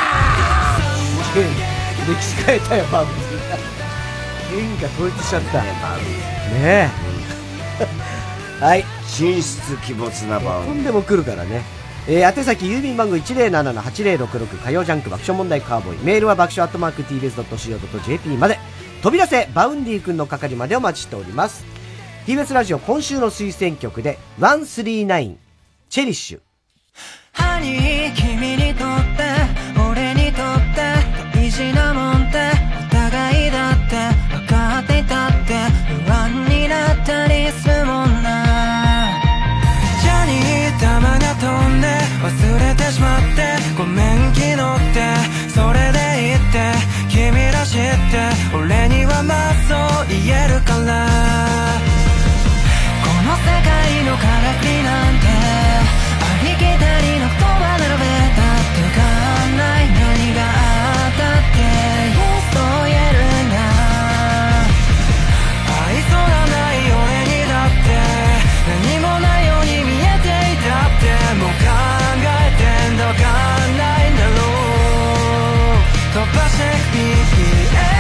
歴史変えたよバウンディ。天下統一しちゃったねえ。はい、 神出鬼没なバウンディ。 とんでも来るからね。宛先郵便番号 107-8066 火曜ジャンク爆笑問題カーボーイ。メールは爆笑@tbs.co.jp まで。飛び出せバウンディ君の係までお待ちしております。 TBS ラジオ今週の推薦曲で139チェリッシュ。 ハニー、君にとって俺にとって大事なもんってお互いだって分かっていたって不安になったりするもんな。ジャニー、玉が飛んで忘れてしまってごめん気乗ってそれでいいって君ら知って俺にはまあそう言えるからこの世界のからくりなんてありきたりの言葉並べたってわかんない何があったってそう言えるんだ。愛想がない俺にだって何もないように見えていたってもう考えてんだわかんないんだろう飛ばしてく BPA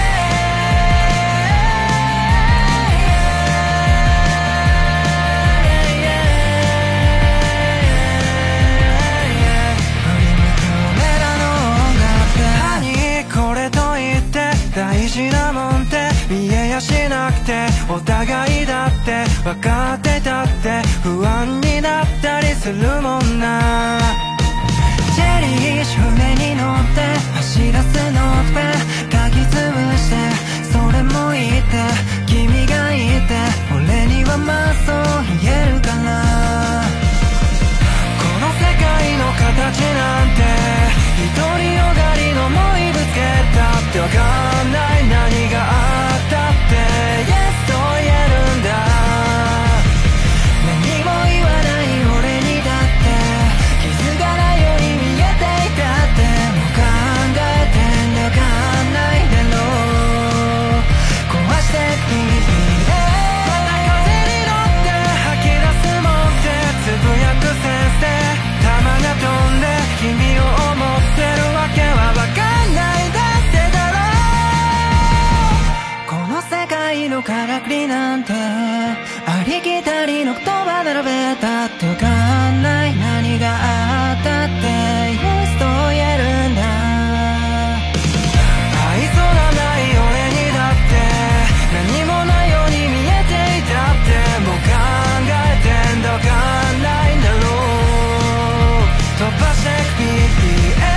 大事なもんって見えやしなくてお互いだって分かってたって不安になったりするもんな。チェリー船に乗って走出すのって書き潰してそれも言って君がいて俺にはまあそう言えるかなこの世界の形なんて独りよがりの思いぶつけたってわかんない何があったって Yes と言えるんだ何も言わない俺にだって気づかないように見えていたってもう考えてんだわかんないだろう壊してくピリピリでまた風に乗って吐き出すもんってつぶやく先生玉が飛んで君を思ってるわけはわかんないだってだろうこの世界のからくりなんてありきたりの言葉並べたってわかんない何があったって Yes と言えるんだ愛想がない俺にだって何もないように見えていたってもう考えてんだわかんないんだろう飛ばしてくピリピリ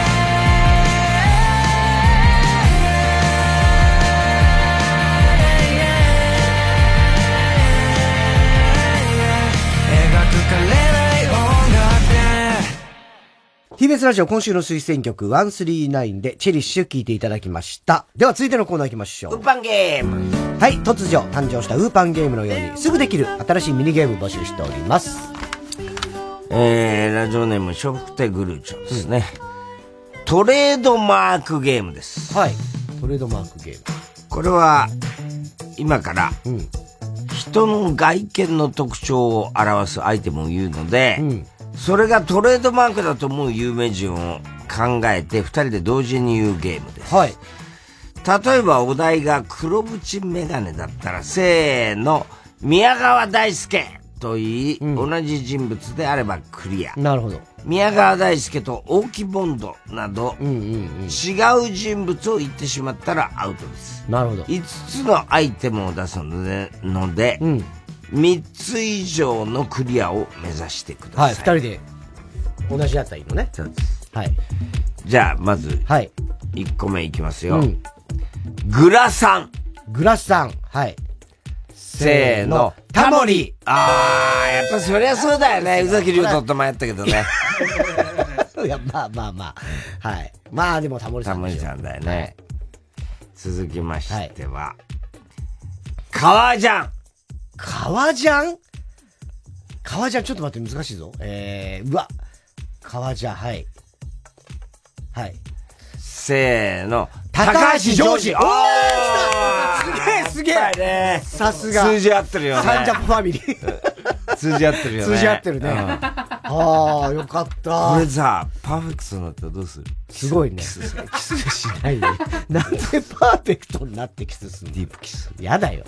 TBS ラジオ今週の推薦曲139でチェリッシュ聴いていただきました。では続いてのコーナー行きましょう。 ウーパンゲーム。 はい、突如誕生したウーパンゲームのようにすぐできる新しいミニゲーム募集しております。 ラジオネームショフテグルーチョですね、トレードマークゲームです。 はい、トレードマークゲーム。 これは今から、人の外見の特徴を表すアイテムを言うので、それがトレードマークだと思う有名人を考えて二人で同時に言うゲームです。 はい。 例えばお題が黒縁メガネだったら、せーの、宮川大輔と言い、同じ人物であればクリア。 なるほど。 宮川大輔と大木ボンドなど、違う人物を言ってしまったらアウトです。 なるほど。 5つのアイテムを出すので、3つ以上のクリアを目指してください。 はい、2人で同じやつはいいのね。 そうです。 はい。 じゃあ、まず、1個目いきますよ。グラサン。 グラサン。はい。 せーの、タモリ。やっぱそりゃそうだよね。宇崎竜斗と迷ったけどね。 いや、まあ。はい。まあでもタモリさん。 タモリさんだよね。続きましては、革ジャン。 革ジャン？革ジャン、ちょっと待って、難しいぞ。うわ。革ジャン、はい。はい。 せーの、 高橋ジョージ。 おーすげえさすが。 数字合ってるよね。 サンジャップファミリー。 数字合ってるよね。 数字合ってるね。ああ、よかった。 これさ、パーフェクトになったらどうする？ すごいね。キスしないで。なんでパーフェクトになってキスするの？ ディープキス。 やだよ。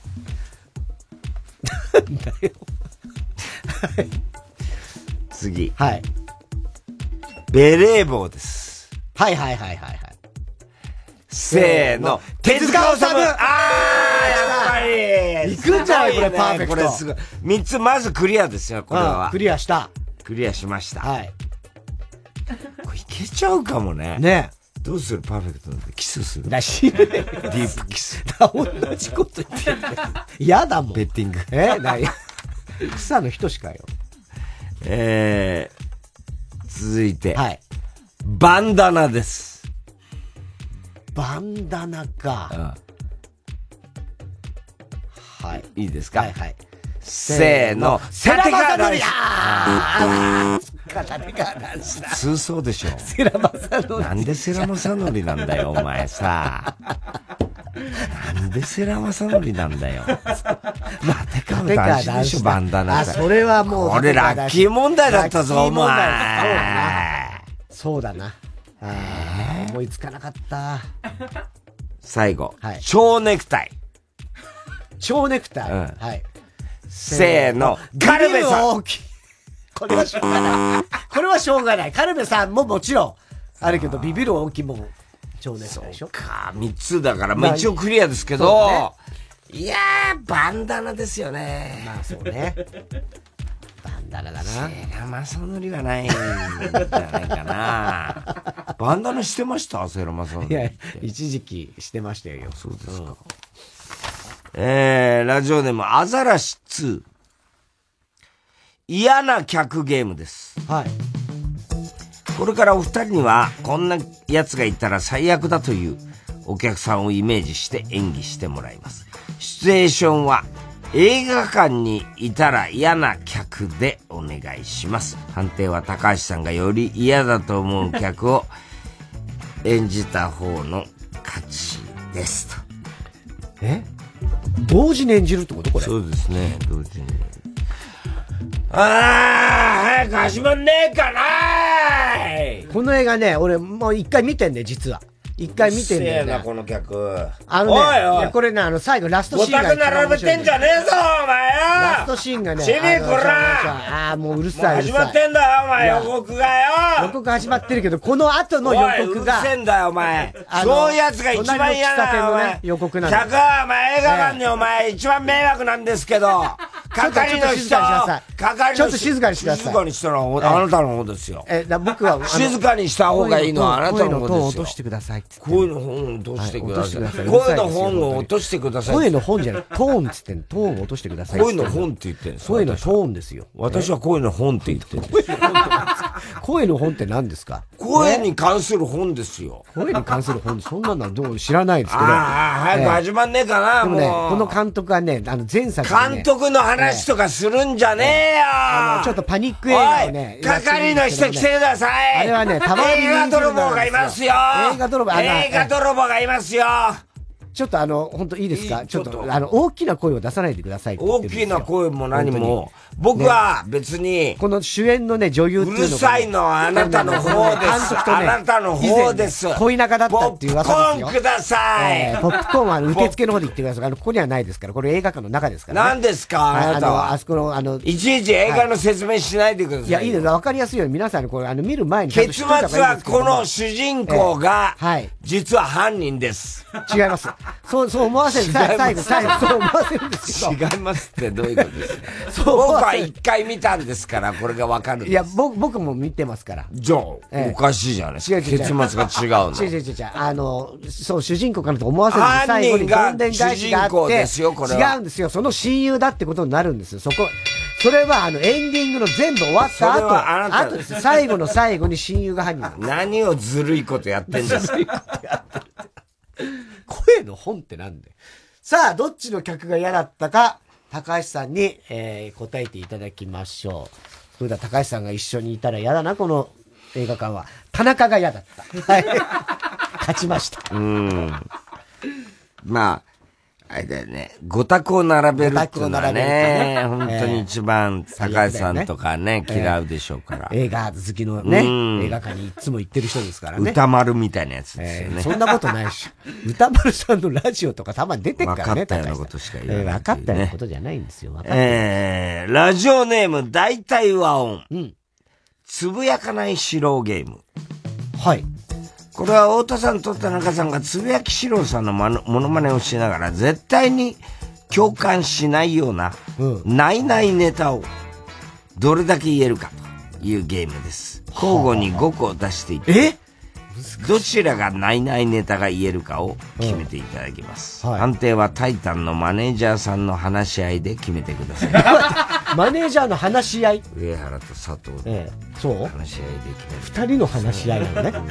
なんだよ。はい。 次。 はい。 ベレー帽です。 はい。 せーの、手塚治虫。やっぱり。 行くんじゃないこれパーフェクト。 これすごい。3つまずクリアですよ、これは。 クリアした。 クリアしました。 はい。 これいけちゃうかもね。 ねどうするパーフェクトなんてキスするだし。ディープキス。 同じこと言ってる。嫌だもん。 ベッティング。 草の人しかよ。 続いて。 はい。 バンダナです。 バンダナか。はい。 いいですか？ はい。 せーの、 セラマサノリ。 通そうでしょ。 セラマサノリ。 なんでセラマサノリなんだよ、お前さ。なんでセラマサノリなんだよ。立川大事でしょ、バンダナ。 それはもう。 これラッキー問題だったぞ、お前。そうだな。思いつかなかった。 最後。蝶ネクタイ。 蝶ネクタイ。はい。 せーの、カルベさん。 これはしょうがない。これはしょうがない。カルベさんももちろん、あるけど、ビビる大きいも蝶ネクタイでしょ。 3つだから、まあ一応クリアですけど、いやー、バンダナですよね。 まあそうね。バンダナだな。 セラマサノリはないんじゃないかな。 バンダナしてましたセイラマサン。 いや、一時期してましたよ。 そうですか。ラジオネーム、アザラシ2。嫌な客ゲームです。 はい。 これからお二人には、こんな奴がいたら最悪だというお客さんをイメージして演技してもらいます。シチュエーションは、映画館にいたら嫌な客でお願いします。判定は高橋さんがより嫌だと思う客を演じた方の勝ちですと。 同時に演じるってことこれ。 そうですね、同時に。早く始まんねえかなー。 この映画ね、俺もう一回見てんね、実は。一回見てんだよね。 な、この客。 おいおい。 これね、最後ラストシーンが。 お宅並べてんじゃねえぞ、お前よ。 ラストシーンがね。 チビ、こら。 もううるさい。 始まってんだよ、お前、予告がよ。 予告始まってるけど、この後の予告が。 うるせえんだよ、お前。そういうやつが一番嫌だよ、お前。 予告なんだ。 客は、お前、映画館にお前、一番迷惑なんですけど。係の人。 ちょっと静かにしてください。 静かにしたら、あなたの方ですよ。 僕は。 静かにした方がいいのはあなたの方ですよ。 声のトーンを落としてください。 声の本を落としてください。声の本を落としてください。 声の本じゃない、トーンっつってんの。トーンを落としてください。 声の本って言ってんです。 声のトーンですよ。 私は声の本って言ってるんです。 声の本って何ですか？ 声に関する本ですよ。 声に関する本、そんなのはどう知らないですけど。 早く始まんねえかな、もう。 でもね、この監督はね、前作で監督の話とかするんじゃねえよ。 ちょっとパニック映画をね。 係の人来てください。 あれはね、たまに映画泥棒がいますよ。 映画泥棒がいますよ。 ちょっと本当いいですか？ちょっと大きな声を出さないでくださいって言ってるんですよ。 大きな声も何も。僕は別に。 この主演のね、女優っていうのが。 うるさいのはあなたの方です。あなたの方です。 恋仲だったっていう噂ですよ。 ポップコーンください。 ポップコーンは受付の方で言ってください。ここにはないですから。これ映画館の中ですから。 何ですかあなたは。 あそこの、 いちいち映画の説明しないでください。 いや、いいです。わかりやすいように皆さんにこれ、見る前に。 結末はこの主人公が、実は犯人です。 違います。そう思わせる。最後、そう思わせるんですけど。 違いますってどういうことですか？僕は一回見たんですから、これがわかるんです。 いや、僕も見てますから。 じゃあ、おかしいじゃないですか。結末が違うの。 違う。そう、主人公かなと思わせるんです。最後にどんでん返しがあって。違うんですよ。その親友だってことになるんですよ。それはエンディングの全部終わった後です。最後の最後に親友が犯人。 何をずるいことやってんですか？ 声の本ってなんで？さあ、どっちの客が嫌だったか、高橋さんに、答えていただきましょう。それでは高橋さんが一緒にいたら嫌だな、この映画館は。田中が嫌だった。はい。勝ちました。 まあ、あれだよね。5択を並べるっていうのはね、本当に一番高橋さんとかね、嫌うでしょうから。 映画好きのね、映画館にいつも行ってる人ですからね。 歌丸みたいなやつですよね。 そんなことないし。歌丸さんのラジオとかたまに出てっからね、 分かったようなことしか言わない。 分かったようなことじゃないんですよ。 ラジオネーム大体和音。つぶやかない四郎ゲーム。 はい。 これは太田さんと田中さんがつぶやき四郎さんのモノマネをしながら絶対に共感しないようなないないネタをどれだけ言えるかというゲームです。交互に5個出していってどちらがないないネタが言えるかを決めていただきます。判定はタイタンのマネージャーさんの話し合いで決めてください。マネージャーの話し合い？ 上原と佐藤で話し合いで決める。 二人の話し合いなのね。どっ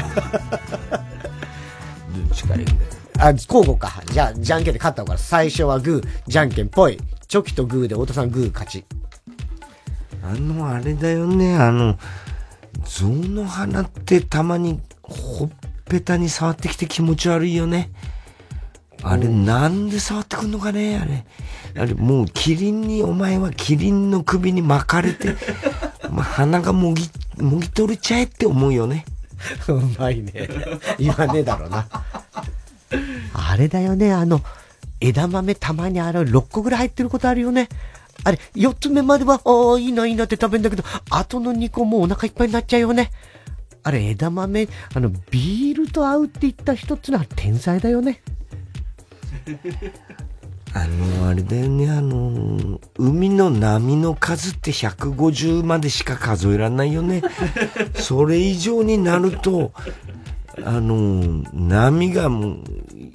ちからいく？ 交互か。じゃあ、じゃんけんで勝った方から。最初はグー、じゃんけんぽい。チョキとグーで太田さんグー勝ち。 あれだよね、象の鼻ってたまにほっぺたに触ってきて気持ち悪いよね。あれなんで触ってくんのかね、あれもうお前はキリンの首に巻かれて、鼻がもぎ取れちゃえって思うよね。 うまいね。言わねえだろうな。あれだよね、枝豆たまに6個ぐらい入ってることあるよね。あれ、4つ目までは、いいなって食べんだけど、後の2個もうお腹いっぱいになっちゃうよね。あれ、枝豆、ビールと合うって言った人ってのは天才だよね。 あれだよね、海の波の数って150までしか数えられないよね。それ以上になると、 波がもう、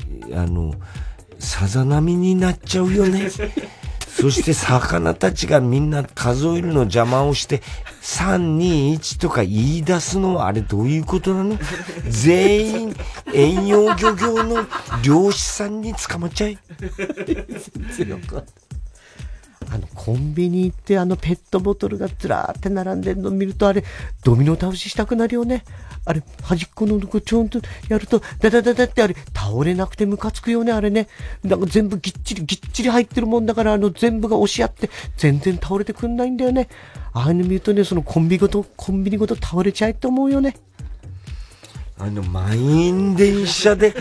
さざ波になっちゃうよね。そして魚たちがみんな数えるの邪魔をして、3、2、1とか言い出すのはあれどういうことなの？全員遠洋漁業の漁師さんに捕まっちゃい。 全然よくコンビニ行ってペットボトルがずらーって並んでるの見るとドミノ倒ししたくなるよね。端っこのとこちょんとやるとダダダダって倒れなくてムカつくよねね。なんか全部ぎっちり入ってるもんだから全部が押し合って全然倒れてくんないんだよね。ああいうの見るとね、そのコンビニごと倒れちゃいと思うよね。 満員電車で、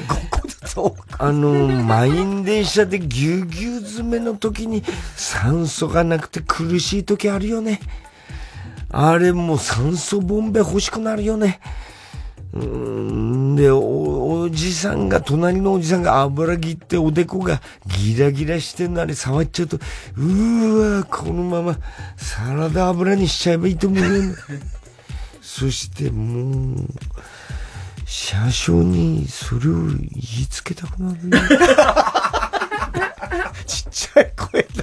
満員電車でぎゅうぎゅう詰めの時に酸素がなくて苦しい時あるよね。あれもう酸素ボンベ欲しくなるよね。で、隣のおじさんが油切っておでこがギラギラしてんの触っちゃうと、このままサラダ油にしちゃえばいいと思うよね。そしてもう、車掌にそれを言いつけたくなるね。 ちっちゃい声だって。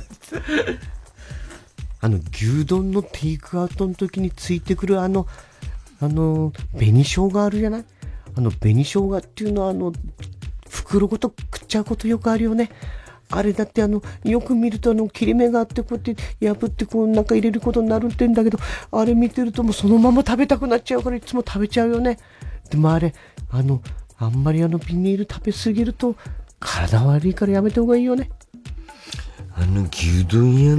牛丼のテイクアウトの時についてくる紅生姜あるじゃない？紅生姜っていうのは袋ごと食っちゃうことよくあるよね。あれだってよく見ると切れ目があってこうやって破ってなんか入れることになるってんだけど、あれ見てるともうそのまま食べたくなっちゃうからいつも食べちゃうよね。でもあんまりビニール食べすぎると体悪いからやめた方がいいよね。 牛丼屋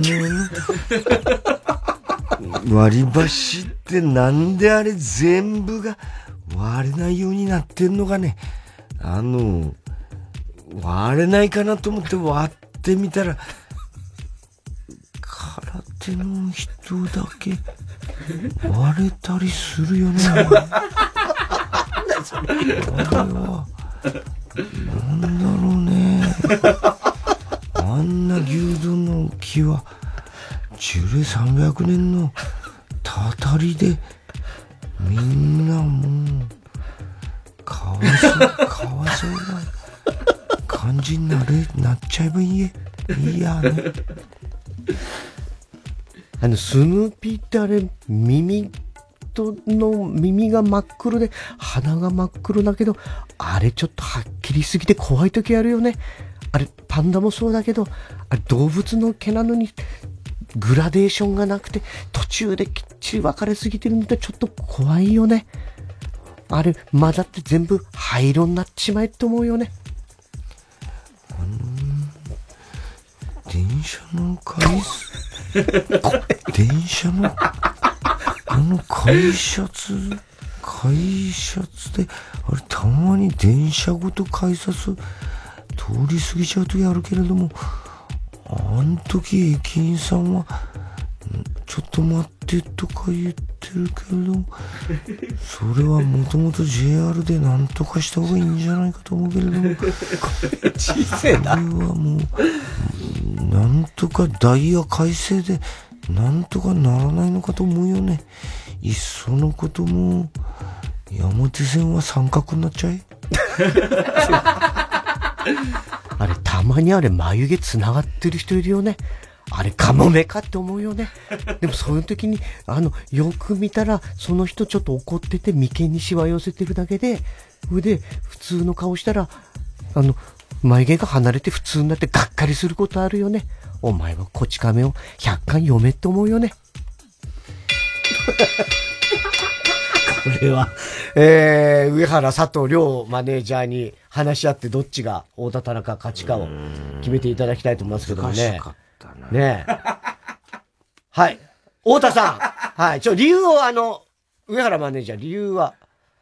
の割り箸ってなんであれ全部が割れないようになってんのかね。割れないかなと思って割ってみたら、空手の人だけ割れたりするよね。あれはなんだろうね。あんな牛丼の木は樹齢300年のたたりでみんなもうかわいそうな感じになっちゃえばいいやね。 スヌーピーって耳が真っ黒で鼻が真っ黒だけど、あれちょっとはっきりすぎて怖い時あるよね。パンダもそうだけど、動物の毛なのにグラデーションがなくて途中できっちり分かれすぎてるのでちょっと怖いよね。混ざって全部灰色になっちまえって思うよね。 電車の改札でたまに電車ごと改札通り過ぎちゃう時あるけれども、あん時駅員さんはちょっと待ってとか言ってるけれども、それはもともと JR で何とかした方がいいんじゃないかと思うけれども、 小さいな。 これはもうなんとかダイヤ改正でなんとかならないのかと思うよね。いっそのことも山手線は三角になっちゃえ。 たまに眉毛つながってる人いるよね。カモメかって思うよね。でもそういう時によく見たらその人ちょっと怒ってて眉間にシワ寄せてるだけで、普通の顔したら眉毛が離れて普通になってがっかりすることあるよね。お前はこち亀を100巻読めって思うよね。これは、上原佐藤両マネージャーに話し合ってどっちが太田田中勝ちかを決めていただきたいと思いますけどもね。 難しかったな。 ねえ。はい。太田さん。はい。理由を上原マネージャー、理由は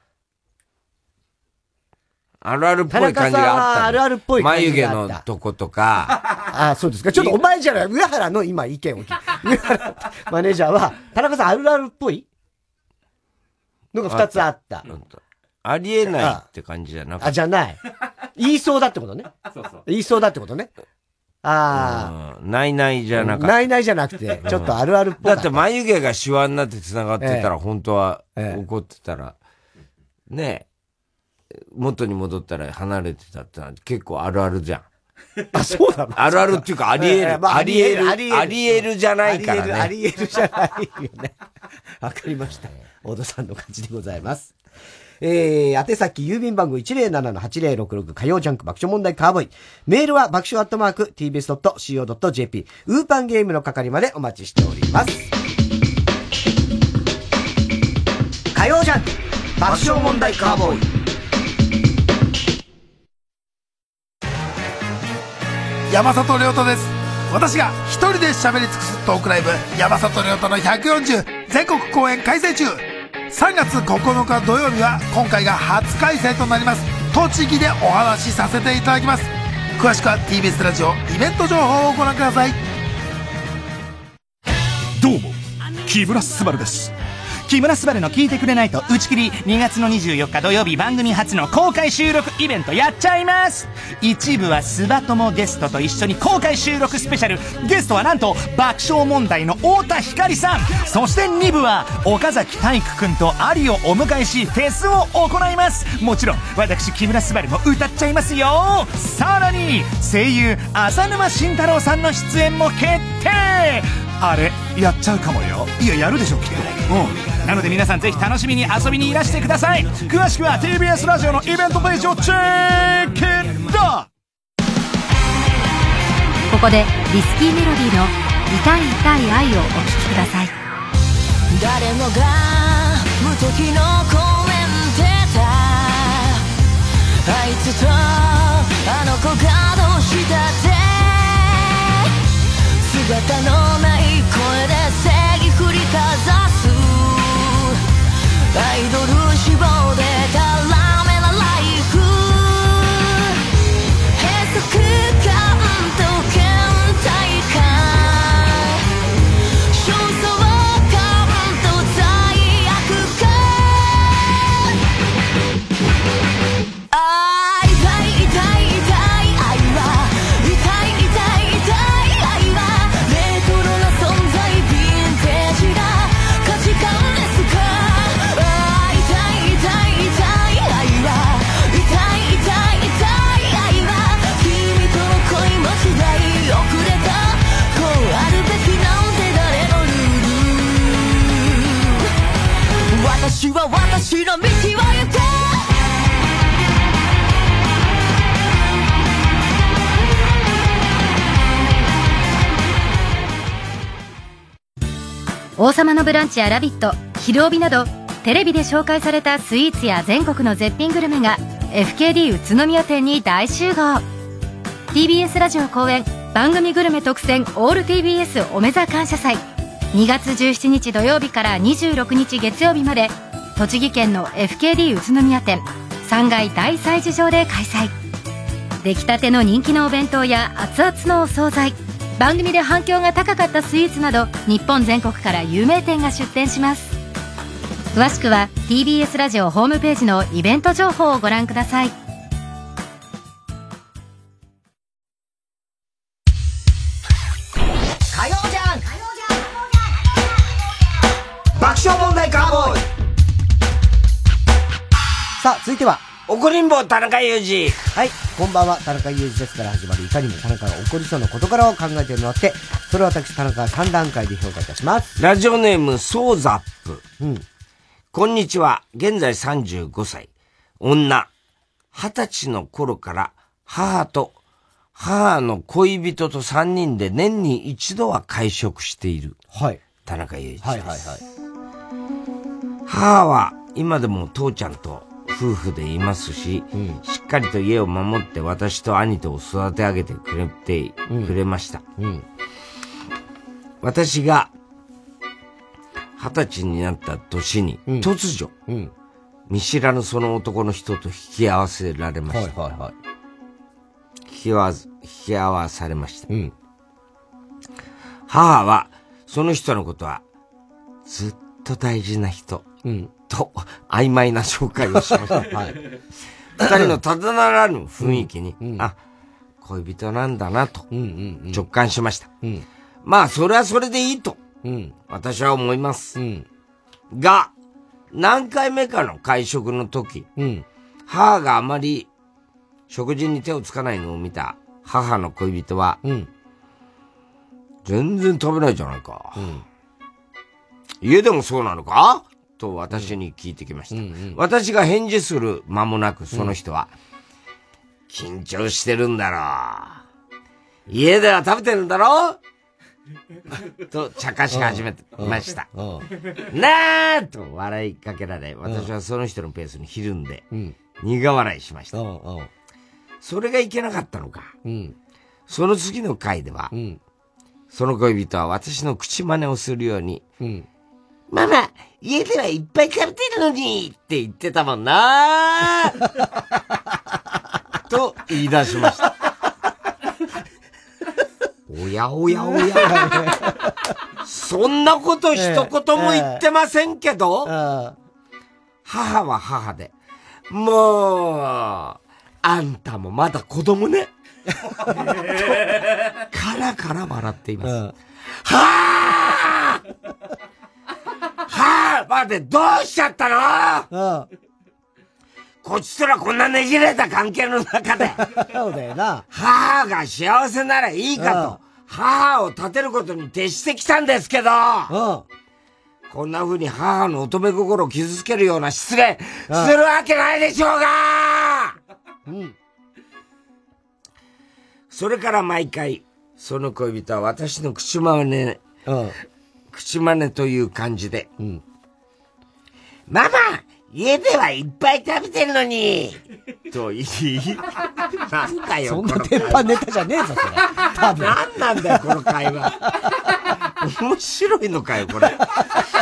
あるあるっぽい感じがあった。 あるあるっぽい感じがあった。 眉毛のとことか。 そうですか。ちょっとお前じゃない、上原の今意見を聞いて。上原マネージャーは、田中さんあるあるっぽいのが2つあった。 ありえないって感じじゃなくて。 じゃない。言いそうだってことね。言いそうだってことね。 ないないじゃなかった。 ないないじゃなくて、ちょっとあるあるっぽい。 だって眉毛がシワになって繋がってたら、本当は怒ってたら、ね元に戻ったら離れてたってのは結構あるあるじゃん。 あ、そうなの？ あるあるっていうかあり得る。あり得るじゃないからね。 あり得るじゃないよね。わかりました。大戸さんの感じでございます。宛先郵便番号 107-8066 火曜ジャンク爆笑問題カーボーイ。メールは爆笑@tbs.co.jp ウーパンゲームの係までお待ちしております。火曜ジャンク爆笑問題カーボーイ。 山里亮太です。私が一人で喋り尽くすトークライブ山里亮太の140全国公演開催中。3月9日土曜日は今回が初開催となります。栃木でお話しさせていただきます。詳しくは TBS ラジオイベント情報をご覧ください。 どうも木村昴です。木村昴の聞いてくれないと打ち切り2月の24日土曜日番組初の公開収録イベントやっちゃいます。一部はスバ友ゲストと一緒に公開収録スペシャル。ゲストはなんと爆笑問題の太田光さん。そして2部は岡崎体育くんとアリをお迎えしフェスを行います。もちろん私木村昴も歌っちゃいますよ。さらに声優浅沼慎太郎さんの出演も決定。あれやっちゃうかもよ。いややるでしょきっと。なので皆さんぜひ楽しみに遊びにいらしてください。詳しくは TBS ラジオのイベントページをチェックだ。 ここでリスキーメロディーの痛い痛い愛をお聴きください。 誰もが無敵のコメンテーター。あいつとあの子がどうしたって姿のない声で正義振りかざす。アイドル志望で絡めなライフ。閉塞感と倦怠感。焦燥感と罪悪感。痛い痛い痛い愛は痛い痛い痛い愛はレトロな存在ヴィンテージな価値観ですか。私は私の道を行く。 王様のブランチやラビット、昼帯などテレビで紹介されたスイーツや全国の絶品グルメが FKD 宇都宮店に大集合。 TBS ラジオ公演番組グルメ特選オール TBS おめざ感謝祭、2月17日土曜日から26日月曜日まで栃木県の FKD 宇都宮店3階大催事場で開催。出来たての人気のお弁当や熱々のお惣菜、番組で反響が高かったスイーツなど日本全国から有名店が出店します。詳しくは TBS ラジオホームページのイベント情報をご覧ください。 火曜ジャンク爆笑問題カーボーイ。さあ続いては怒りんぼ田中裕二。 はい、こんばんは。田中裕二ですから始まるいかにも田中が起こりそうな事柄を考えてもらって、それを私田中が3段階で評価いたします。 ラジオネームソーザップ。こんにちは。現在35歳。女。20歳の頃から母と母の恋人と3人で年に一度は会食している。 はい。 田中裕二です。 はいはいはい。 母は今でも父ちゃんと夫婦でいますし、しっかりと家を守って私と兄とを育て上げてくれました。私が20歳になった年に、突如、見知らぬその男の人と引き合わせられました。引き合わされました。母は、その人のことは、ずっと大事な人、と曖昧な紹介をしました。二人のただならぬ雰囲気に、あ、恋人なんだなと直感しました。まあ、それはそれでいいと、私は思います。が、何回目かの会食の時、 母があまり食事に手をつかないのを見た母の恋人は、全然食べないじゃないか。家でもそうなのかと私に聞いてきました。私が返事する間もなくその人は、緊張してるんだろう。家では食べてるんだろうと茶化し始めました。なーと笑いかけられ、私はその人のペースにひるんで、苦笑いしました。それがいけなかったのか。その次の回では、その恋人は私の口真似をするように、ママ、家ではいっぱい食べてるのにって言ってたもんなと言い出しました。おやおやおや。そんなこと一言も言ってませんけど、母は母で、もう、あんたもまだ子供ね。カラカラ笑っています。はぁはぁ待って、どうしちゃったのこっちとらこんなねじれた関係の中で。 そうだよな。 母が幸せならいいかと、母を立てることに徹してきたんですけど、こんな風に母の乙女心を傷つけるような失礼するわけないでしょうがそれから毎回、その恋人は私の口真似という感じで、ママ家ではいっぱい食べてるのにと言い、なんだよ、 そんな鉄板ネタじゃねえぞ、それ。多分。 なんなんだよ、この会話。面白いのかよ、これ。ママ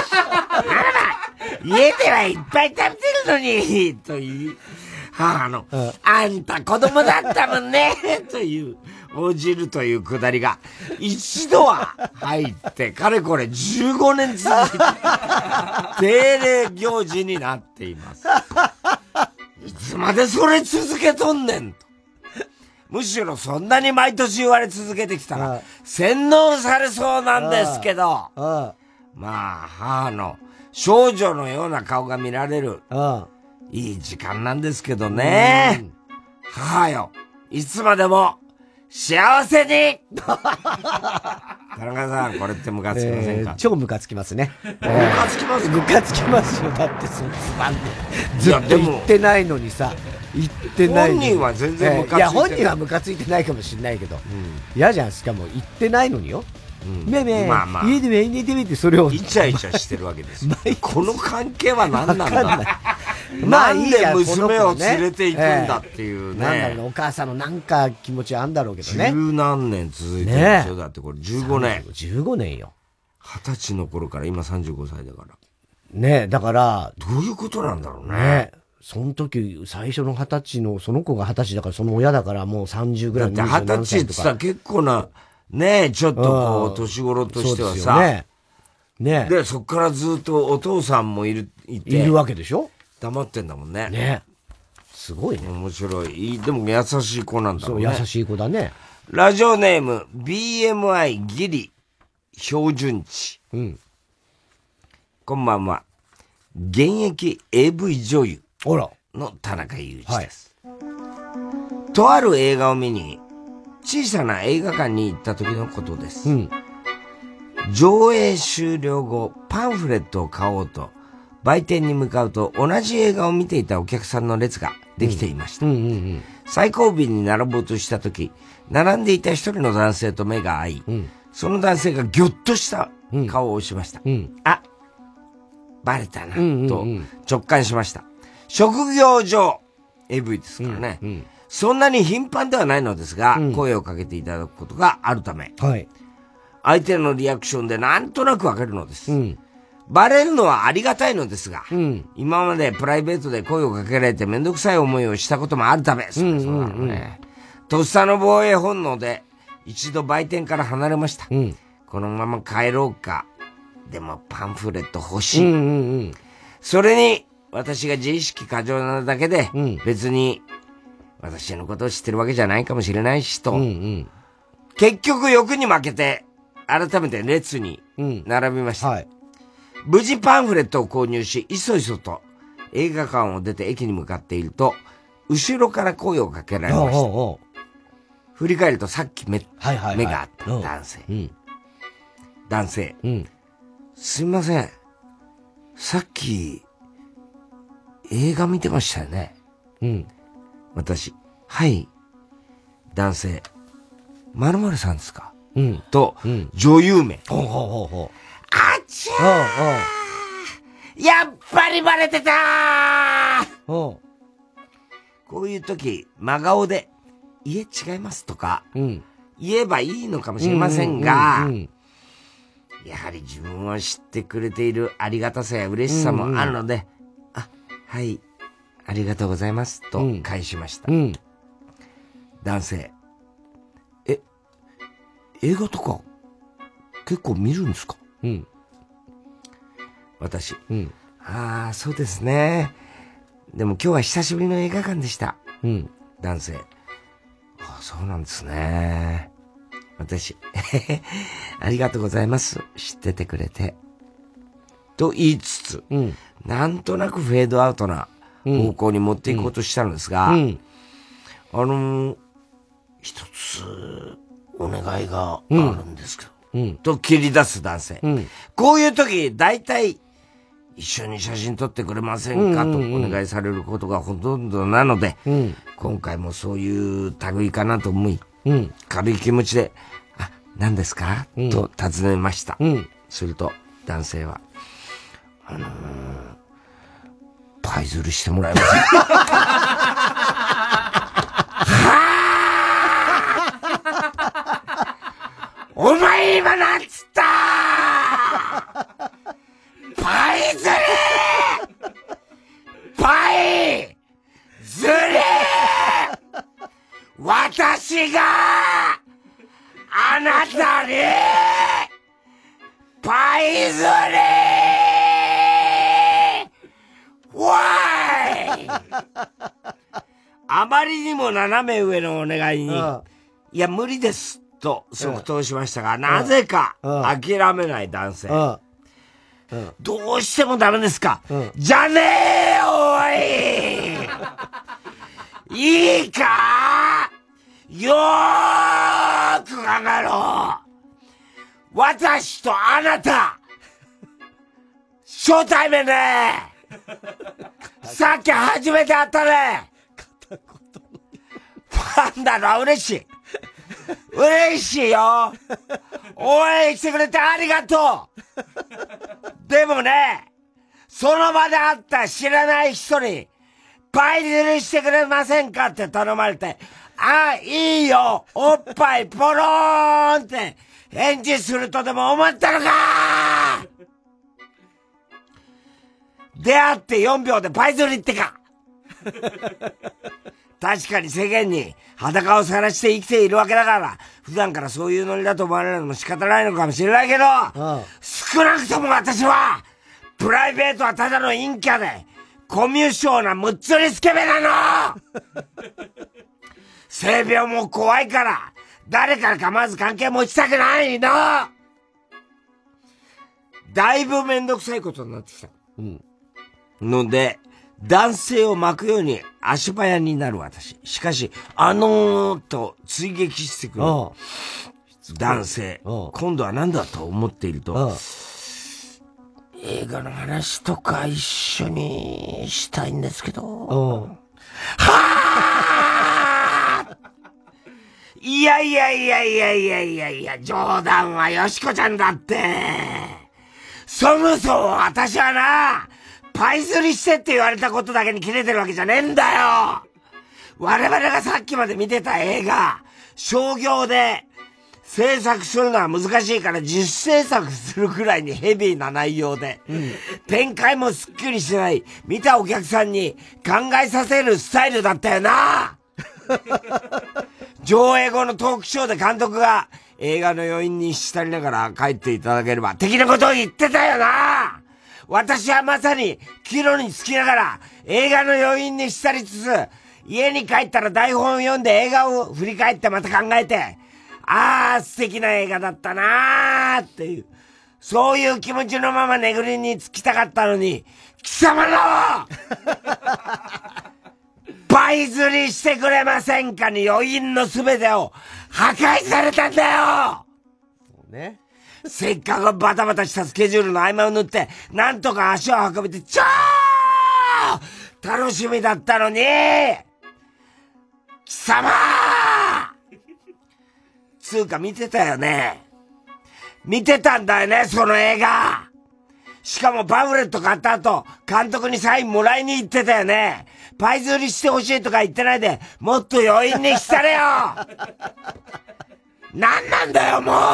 家ではいっぱい食べてるのにと言い、母の、あんた子供だったもんねという、応じるというくだりが、一度は入って、かれこれ15年続いて、定例行事になっています。いつまでそれ続けとんねんと。むしろそんなに毎年言われ続けてきたら、洗脳されそうなんですけど、まあ、母の少女のような顔が見られる、いい時間なんですけどね。母よ、いつまでも、幸せに田中さん、これってムカつきませんか？ 超ムカつきますね。 ムカつきますか？ ムカつきますよ。だってそのつまんで。ずっと言ってないのにさ、言ってないのに。 本人は全然ムカついてない。 いや、本人はムカついてないかもしれないけど。嫌じゃん、しかも言ってないのによ。めえめえ、家でめえ寝てみてそれを。 イチャイチャしてるわけです。この関係は何なんだまあいいじゃん、 娘を連れて行くんだっていうね。 なんだろうね、お母さんのなんか気持ちあんだろうけどね。 十何年続いてるんですよ。だってこれ15年。 15年よ。 20歳の頃から今35歳だから。 ねえ、だから、 どういうことなんだろうね。 その時、最初の20歳の、その子が20歳だから、その親だからもう30ぐらいの。 だって20歳ってさ、結構な、ねえ、ちょっとこう、年頃としてはさ。 ねで、そっからずっとお父さんもいるわけでしょ？ 黙ってんだもんね。 ね。すごいね。 面白い。でも優しい子なんだろうね。 そう、優しい子だね。 ラジオネーム、BMI ギリ、標準値。こんばんは。現役 AV 女優の田中裕一です。とある映画を見に、小さな映画館に行った時のことです。上映終了後、パンフレットを買おうと、売店に向かうと同じ映画を見ていたお客さんの列ができていました。最後尾に並ぼうとした時、並んでいた一人の男性と目が合い、その男性がギョッとした顔をしました。あ、バレたな、と直感しました。職業上、AV ですからね。そんなに頻繁ではないのですが、声をかけていただくことがあるため、相手のリアクションでなんとなくわかるのです。バレるのはありがたいのですが、今までプライベートで声をかけられてめんどくさい思いをしたこともあるため、そうなのね。とっさの防衛本能で一度売店から離れました。このまま帰ろうか。でもパンフレット欲しい。それに私が自意識過剰なだけで、別に私のことを知ってるわけじゃないかもしれないしと、結局欲に負けて改めて列に並びました。無事パンフレットを購入し、いそいそと映画館を出て駅に向かっていると、 後ろから声をかけられました。振り返るとさっき目があった男性。男性。すいません。さっき、映画見てましたよね。私、はい。男性。〇〇さんですかと、女優名。あっちゃーやっぱりバレてたーこういう時、真顔で、いえ違いますとか、言えばいいのかもしれませんが、やはり自分を知ってくれているありがたさや嬉しさもあるので、はい、ありがとうございます、と返しました。男性。映画とか、結構見るんですか私。そうですね。でも今日は久しぶりの映画館でした。男性。そうなんですね。私、ありがとうございます。知っててくれて。と言いつつ、なんとなくフェードアウトな方向に持っていこうとしたのですが、一つお願いがあるんですけど、と切り出す男性。こういう時、大体、一緒に写真撮ってくれませんかとお願いされることがほとんどなので、今回もそういう類かなと思い、軽い気持ちで、何ですかと尋ねました。すると、男性は、パイズルしてもらえませんお前今なんつったパイズルパイズル私があなたにパイズルわーいあまりにも斜め上のお願いに、いや無理ですと即答しましたが、なぜか諦めない男性。どうしてもダメですか、じゃねえよおいいいかよーく考えろ私とあなた初対面ねさっき初めて会ったねファンだろ嬉しい嬉しいよ応援してくれてありがとうでもね、その場で会った知らない人に、パイズルしてくれませんかって頼まれて、いいよおっぱいポローンって返事するとでも思ったのか出会って4秒でパイズルってか確かに世間に裸を晒して生きているわけだから、普段からそういうノリだと思われるのも仕方ないのかもしれないけど、少なくとも私は、プライベートはただの陰キャで、コミュ障なむっつりスケベなの性病も怖いから、誰からかまず関係持ちたくないのだいぶめんどくさいことになってきた。ので、男性を巻くように足早になる私。しかし、と追撃してくる男性。今度は何だと思っていると、映画の話とか一緒にしたいんですけど。いや、冗談はよしこちゃんだって。そもそも私はな、パイズリしてって言われたことだけに切れてるわけじゃねえんだよ。我々がさっきまで見てた映画、商業で制作するのは難しいから自主制作するくらいにヘビーな内容で、展開もすっきりしない、見たお客さんに考えさせるスタイルだったよな。上映後のトークショーで監督が映画の余韻に浸りながら帰っていただければ的なことを言ってたよな。私はまさに帰路につきながら映画の余韻に浸りつつ、家に帰ったら台本を読んで映画を振り返ってまた考えて、素敵な映画だったなーっていう、そういう気持ちのままネグリにつきたかったのに、貴様のパイ釣りしてくれませんかに余韻のすべてを破壊されたんだよ。 ね。 せっかくバタバタしたスケジュールの合間を縫って、なんとか足を運べて超楽しみだったのに、貴様つうか見てたよね。見てたんだよね、その映画。しかもパンフレット買った後、監督にサインもらいに行ってたよね。パイ釣りしてほしいとか言ってないで、もっと余韻にしたれよ。なんなんだよ、もう。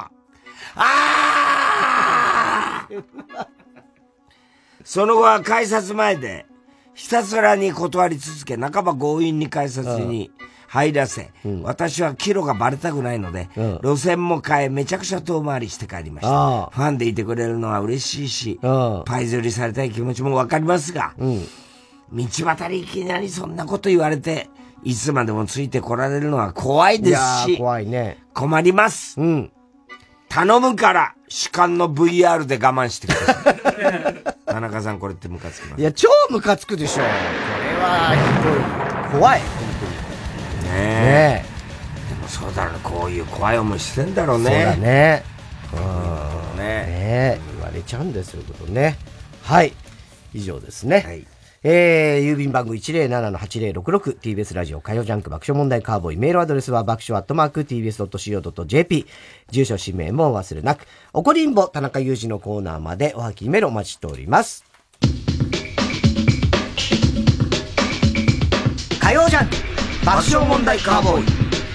その後は改札前でひたすらに断り続け、半ば強引に改札に入らせ、私はキロがバレたくないので、路線も変えめちゃくちゃ遠回りして帰りました。ファンでいてくれるのは嬉しいし、パイ釣りされたい気持ちもわかりますが、道端でいきなりそんなこと言われて、いつまでもついてこられるのは怖いですし、 怖いね。 困ります。頼むから、主観の VR で我慢してください。田中さん、これってムカつきます。 いや、超ムカつくでしょ。これは、怖い、本当に。 ねえ。でもそうだろう、こういう怖い思いしてんだろうね。 そうだね。 ね言われちゃうんですよ、ことね。はい。以上ですね。はい。郵便番号 107-8066 TBS ラジオ火曜ジャンク爆笑問題カーボーイ。メールアドレスは爆笑@tbs.co.jp。住所氏名もお忘れなく。おこりんぼ田中裕二のコーナーまでおはきメールお待ちしております。火曜ジャンク爆笑問題カーボー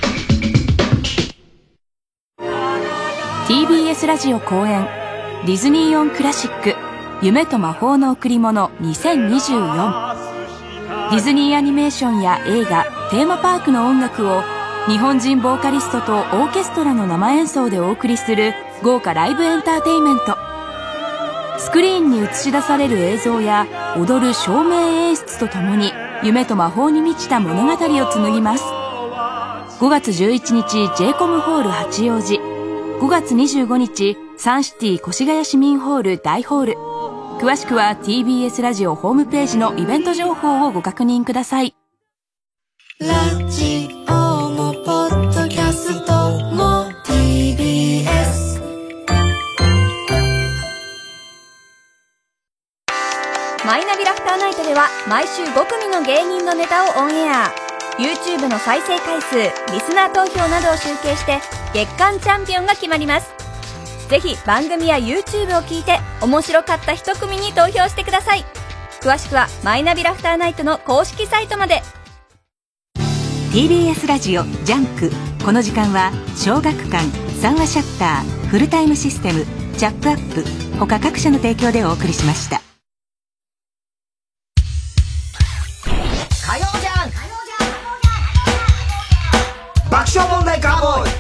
イ。TBS ラジオ公演ディズニーオンクラシック夢と魔法の贈り物2024。ディズニーアニメーションや映画、テーマパークの音楽を日本人ボーカリストとオーケストラの生演奏でお送りする豪華ライブエンターテインメント。スクリーンに映し出される映像や踊る照明演出とともに夢と魔法に満ちた物語を紡ぎます。5月11日 J コムホール八王子、5月25日サンシティ越谷市民ホール大ホール。詳しくは TBS ラジオホームページのイベント情報をご確認ください。 ラジオもポッドキャストも TBS。 マイナビラフターナイトでは毎週5組の芸人のネタをオンエア。 YouTube の再生回数、リスナー投票などを集計して月間チャンピオンが決まります。ぜひ番組や YouTube を聞いて面白かった一組に投票してください。詳しくはマイナビラフターナイトの公式サイトまで。 TBS ラジオジャンク。この時間は小学館、三話シャッター、フルタイムシステム、チャップアップ他各社の提供でお送りしました。 火曜ジャンク爆笑問題カーボーイ。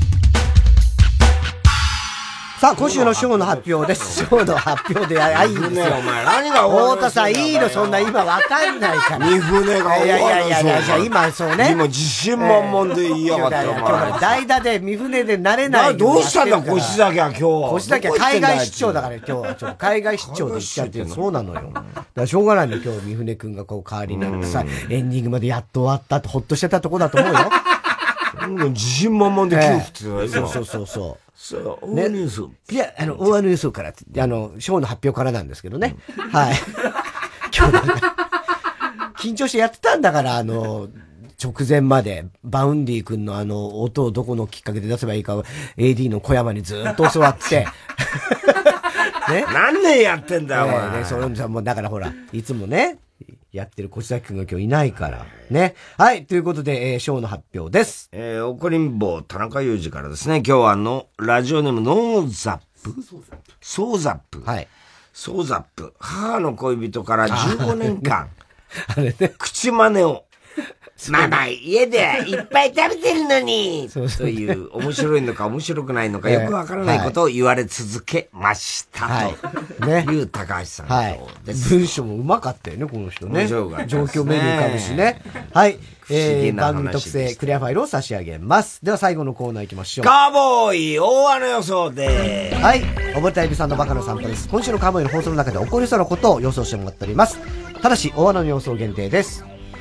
さあ、今週のショーの発表です。ショーの発表で、いいですよ。 お前、何が太田さん、いいの、そんな今わかんないから。 三船がいや、今、そうね。 今、自信満々で言いやがったよ、お前。 代打で三船で慣れない。 どうしたんだ、越崎は今日。 越崎は海外出張だから、今日は。ちょっと海外出張で行っちゃってる。そうなのよ。だからしょうがないの、今日、三船くんがこう、代わりになってさ、エンディングまでやっと終わったって、ほっとしてたとこだと思うよ。 自信満々で今日ってそう。 そう、大ニュース。 いや、大ニュースから、ショーの発表からなんですけどね。はい。今日緊張してやってたんだから、直前まで、バウンディ君の音をどこのきっかけで出せばいいかを、AD の小山にずっと教わって、 ね。何年やってんだよ、お前。 それもだからほら、いつもね、やってる越崎くんが今日いないから。ね。はい。ということで、ショーの発表です。 おこりんぼ田中裕二からですね、今日はラジオネームノーザップソーザップ。 はい。 ソーザップ。母の恋人から15年間、あれね、口真似を。ママ、家でいっぱい食べてるのにという、面白いのか面白くないのかよくわからないことを言われ続けました。という高橋さんです。 文章もうまかったよね、この人ね。状況メニュー浮かぶしね。はい。番組特製クリアファイルを差し上げます。では最後のコーナー行きましょう。 カーボーイ大穴予想ではい。溺れたエビさんのバカの散歩です。今週のカーボーイの放送の中で起こりそうなことを予想してもらっております。ただし、大穴の予想限定です。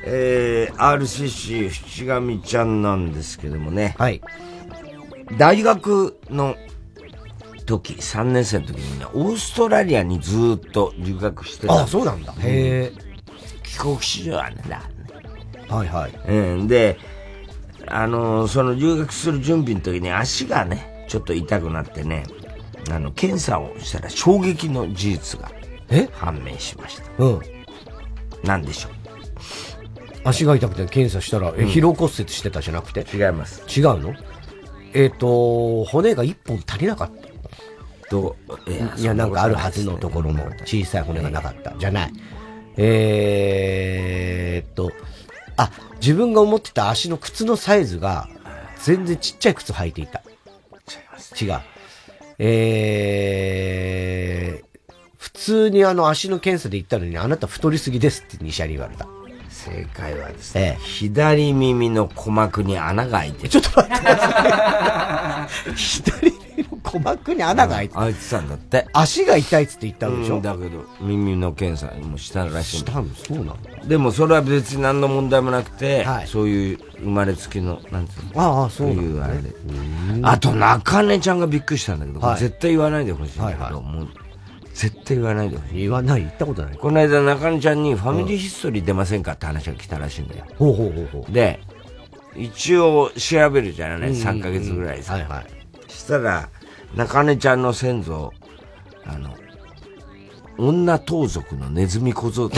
RCC 淵上ちゃんなんですけどもね。 はい。 大学の時、3年生の時にね、オーストラリアにずーっと留学してた。 あ、そうなんだ。へえ。 帰国子女はね、 はいはい。 で、その留学する準備の時に足がね、ちょっと痛くなってね、検査をしたら衝撃の事実が判明しました。なんでしょう。 足が痛くて検査したら、疲労骨折してたじゃなくて？ 違います。 違うの？骨が1本足りなかった。いや、なんかあるはずのところも小さい骨がなかった。じゃない。自分が思ってた足の靴のサイズが全然ちっちゃい靴履いていた。違う。普通に足の検査で言ったのに、あなた太りすぎですって医者に言われた。 正解はですね、左耳の鼓膜に穴が開いてる。 ちょっと待ってください。左耳の鼓膜に穴が開いてる。 開いてたんだって。 足が痛いっつって言ったんでしょ。 だけど、耳の検査もしたらしい。 したの？そうなんだ。 でもそれは別に何の問題もなくて、そういう生まれつきの、なんていうの？そういうあれで。あと、中根ちゃんがびっくりしたんだけど、絶対言わないでほしいんだけど、もう、絶対言わないでほしい。 言わない、言ったことない。 この間中根ちゃんにファミリーヒストリー出ませんかって話が来たらしいんだよ。で、一応調べるじゃない、3ヶ月ぐらいさ。したら、中根ちゃんの先祖、女盗賊のネズミ小僧だ。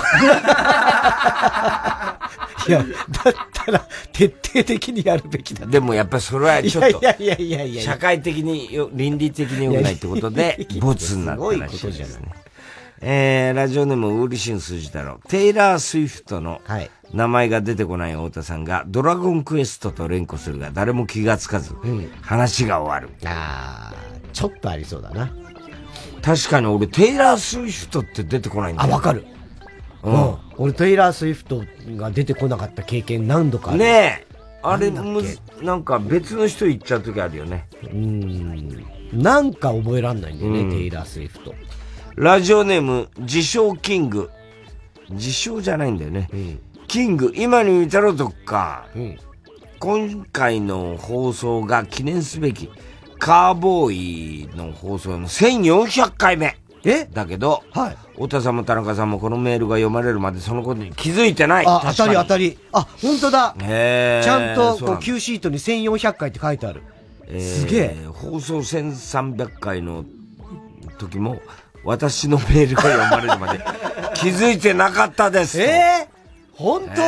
いや、だったら、徹底的にやるべきだ。 でもやっぱりそれはちょっと、 いや社会的に、倫理的に良くないってことで、ボツになったらしいですね。ラジオネームウーリシン筋太郎。テイラー・スウィフトの名前が出てこない太田さんが、ドラゴンクエストと連呼するが誰も気がつかず、話が終わる。 ちょっとありそうだな。 確かに俺、テイラー・スウィフトって出てこないんだよ。 わかる。俺、テイラー・スウィフトが出てこなかった経験何度かある。 ねえ。あれ、なんか別の人言っちゃう時あるよね。 なんか覚えらんないんだよね、テイラー・スウィフト。 ラジオネーム、自称キング。自称じゃないんだよね。キング、今に見たろとか。今回の放送が記念すべき、カーボーイの放送の1400回目。だけど、太田さんも田中さんもこのメールが読まれるまでそのことに気づいてない。 当たり当たり。本当だ。ちゃんと、Q シートに1400回って書いてある。すげえ。 放送1300回の時も、私のメールが読まれるまで気づいてなかったです。 本当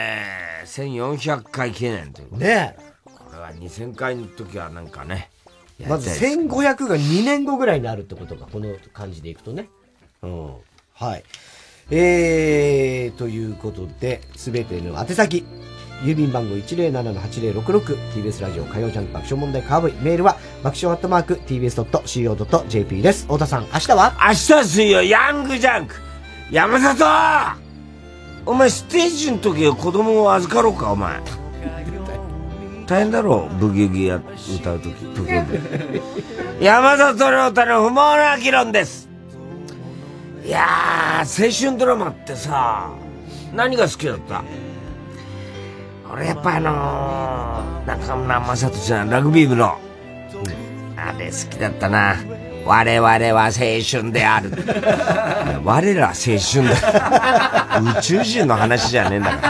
？1400回記念という。 ねえ。 これは2000回の時はなんかね。 まず1500が2年後ぐらいになるってことが、この感じでいくとね。はい。ということで、すべての宛先、郵便番号 107-8066、TBS ラジオ火曜ジャンク爆笑問題カーボーイ、メールは爆笑@tbs.co.jp です。太田さん、明日は？ 明日水曜、ヤングジャンク山里、お前ステージの時は子供を預かろうか、お前。大変だろう、ブギウギ歌う時山里亮太の不毛な議論です。いやー、青春ドラマってさ、何が好きだった？俺やっぱ中村雅人ちゃん、ラグビー部の、あれ好きだったな。我々は青春である。我らは青春だ。宇宙人の話じゃねえんだから。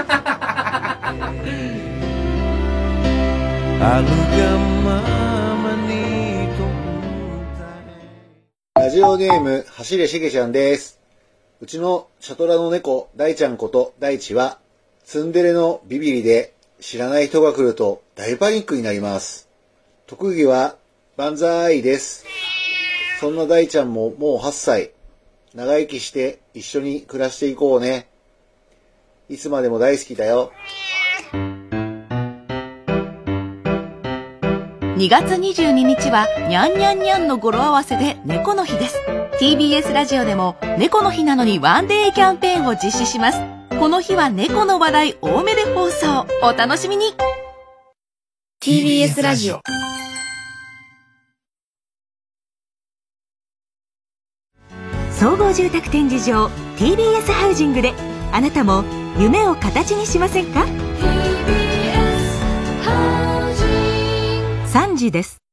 ラジオネーム走れしげちゃんです。うちのシャトラの猫大ちゃんこと大地はツンデレのビビリで知らない人が来ると大パニックになります。特技は万歳です。そんな大ちゃんももう8歳。長生きして一緒に暮らしていこうね。いつまでも大好きだよ。 2月22日はにゃんにゃんにゃんの語呂合わせで猫の日です。 TBS ラジオでも猫の日なのにワンデーキャンペーンを実施します。この日は猫の話題多めで放送、お楽しみに。 TBS ラジオ総合住宅展示場 TBS ハウジングで、あなたも夢を形にしませんか？3時です。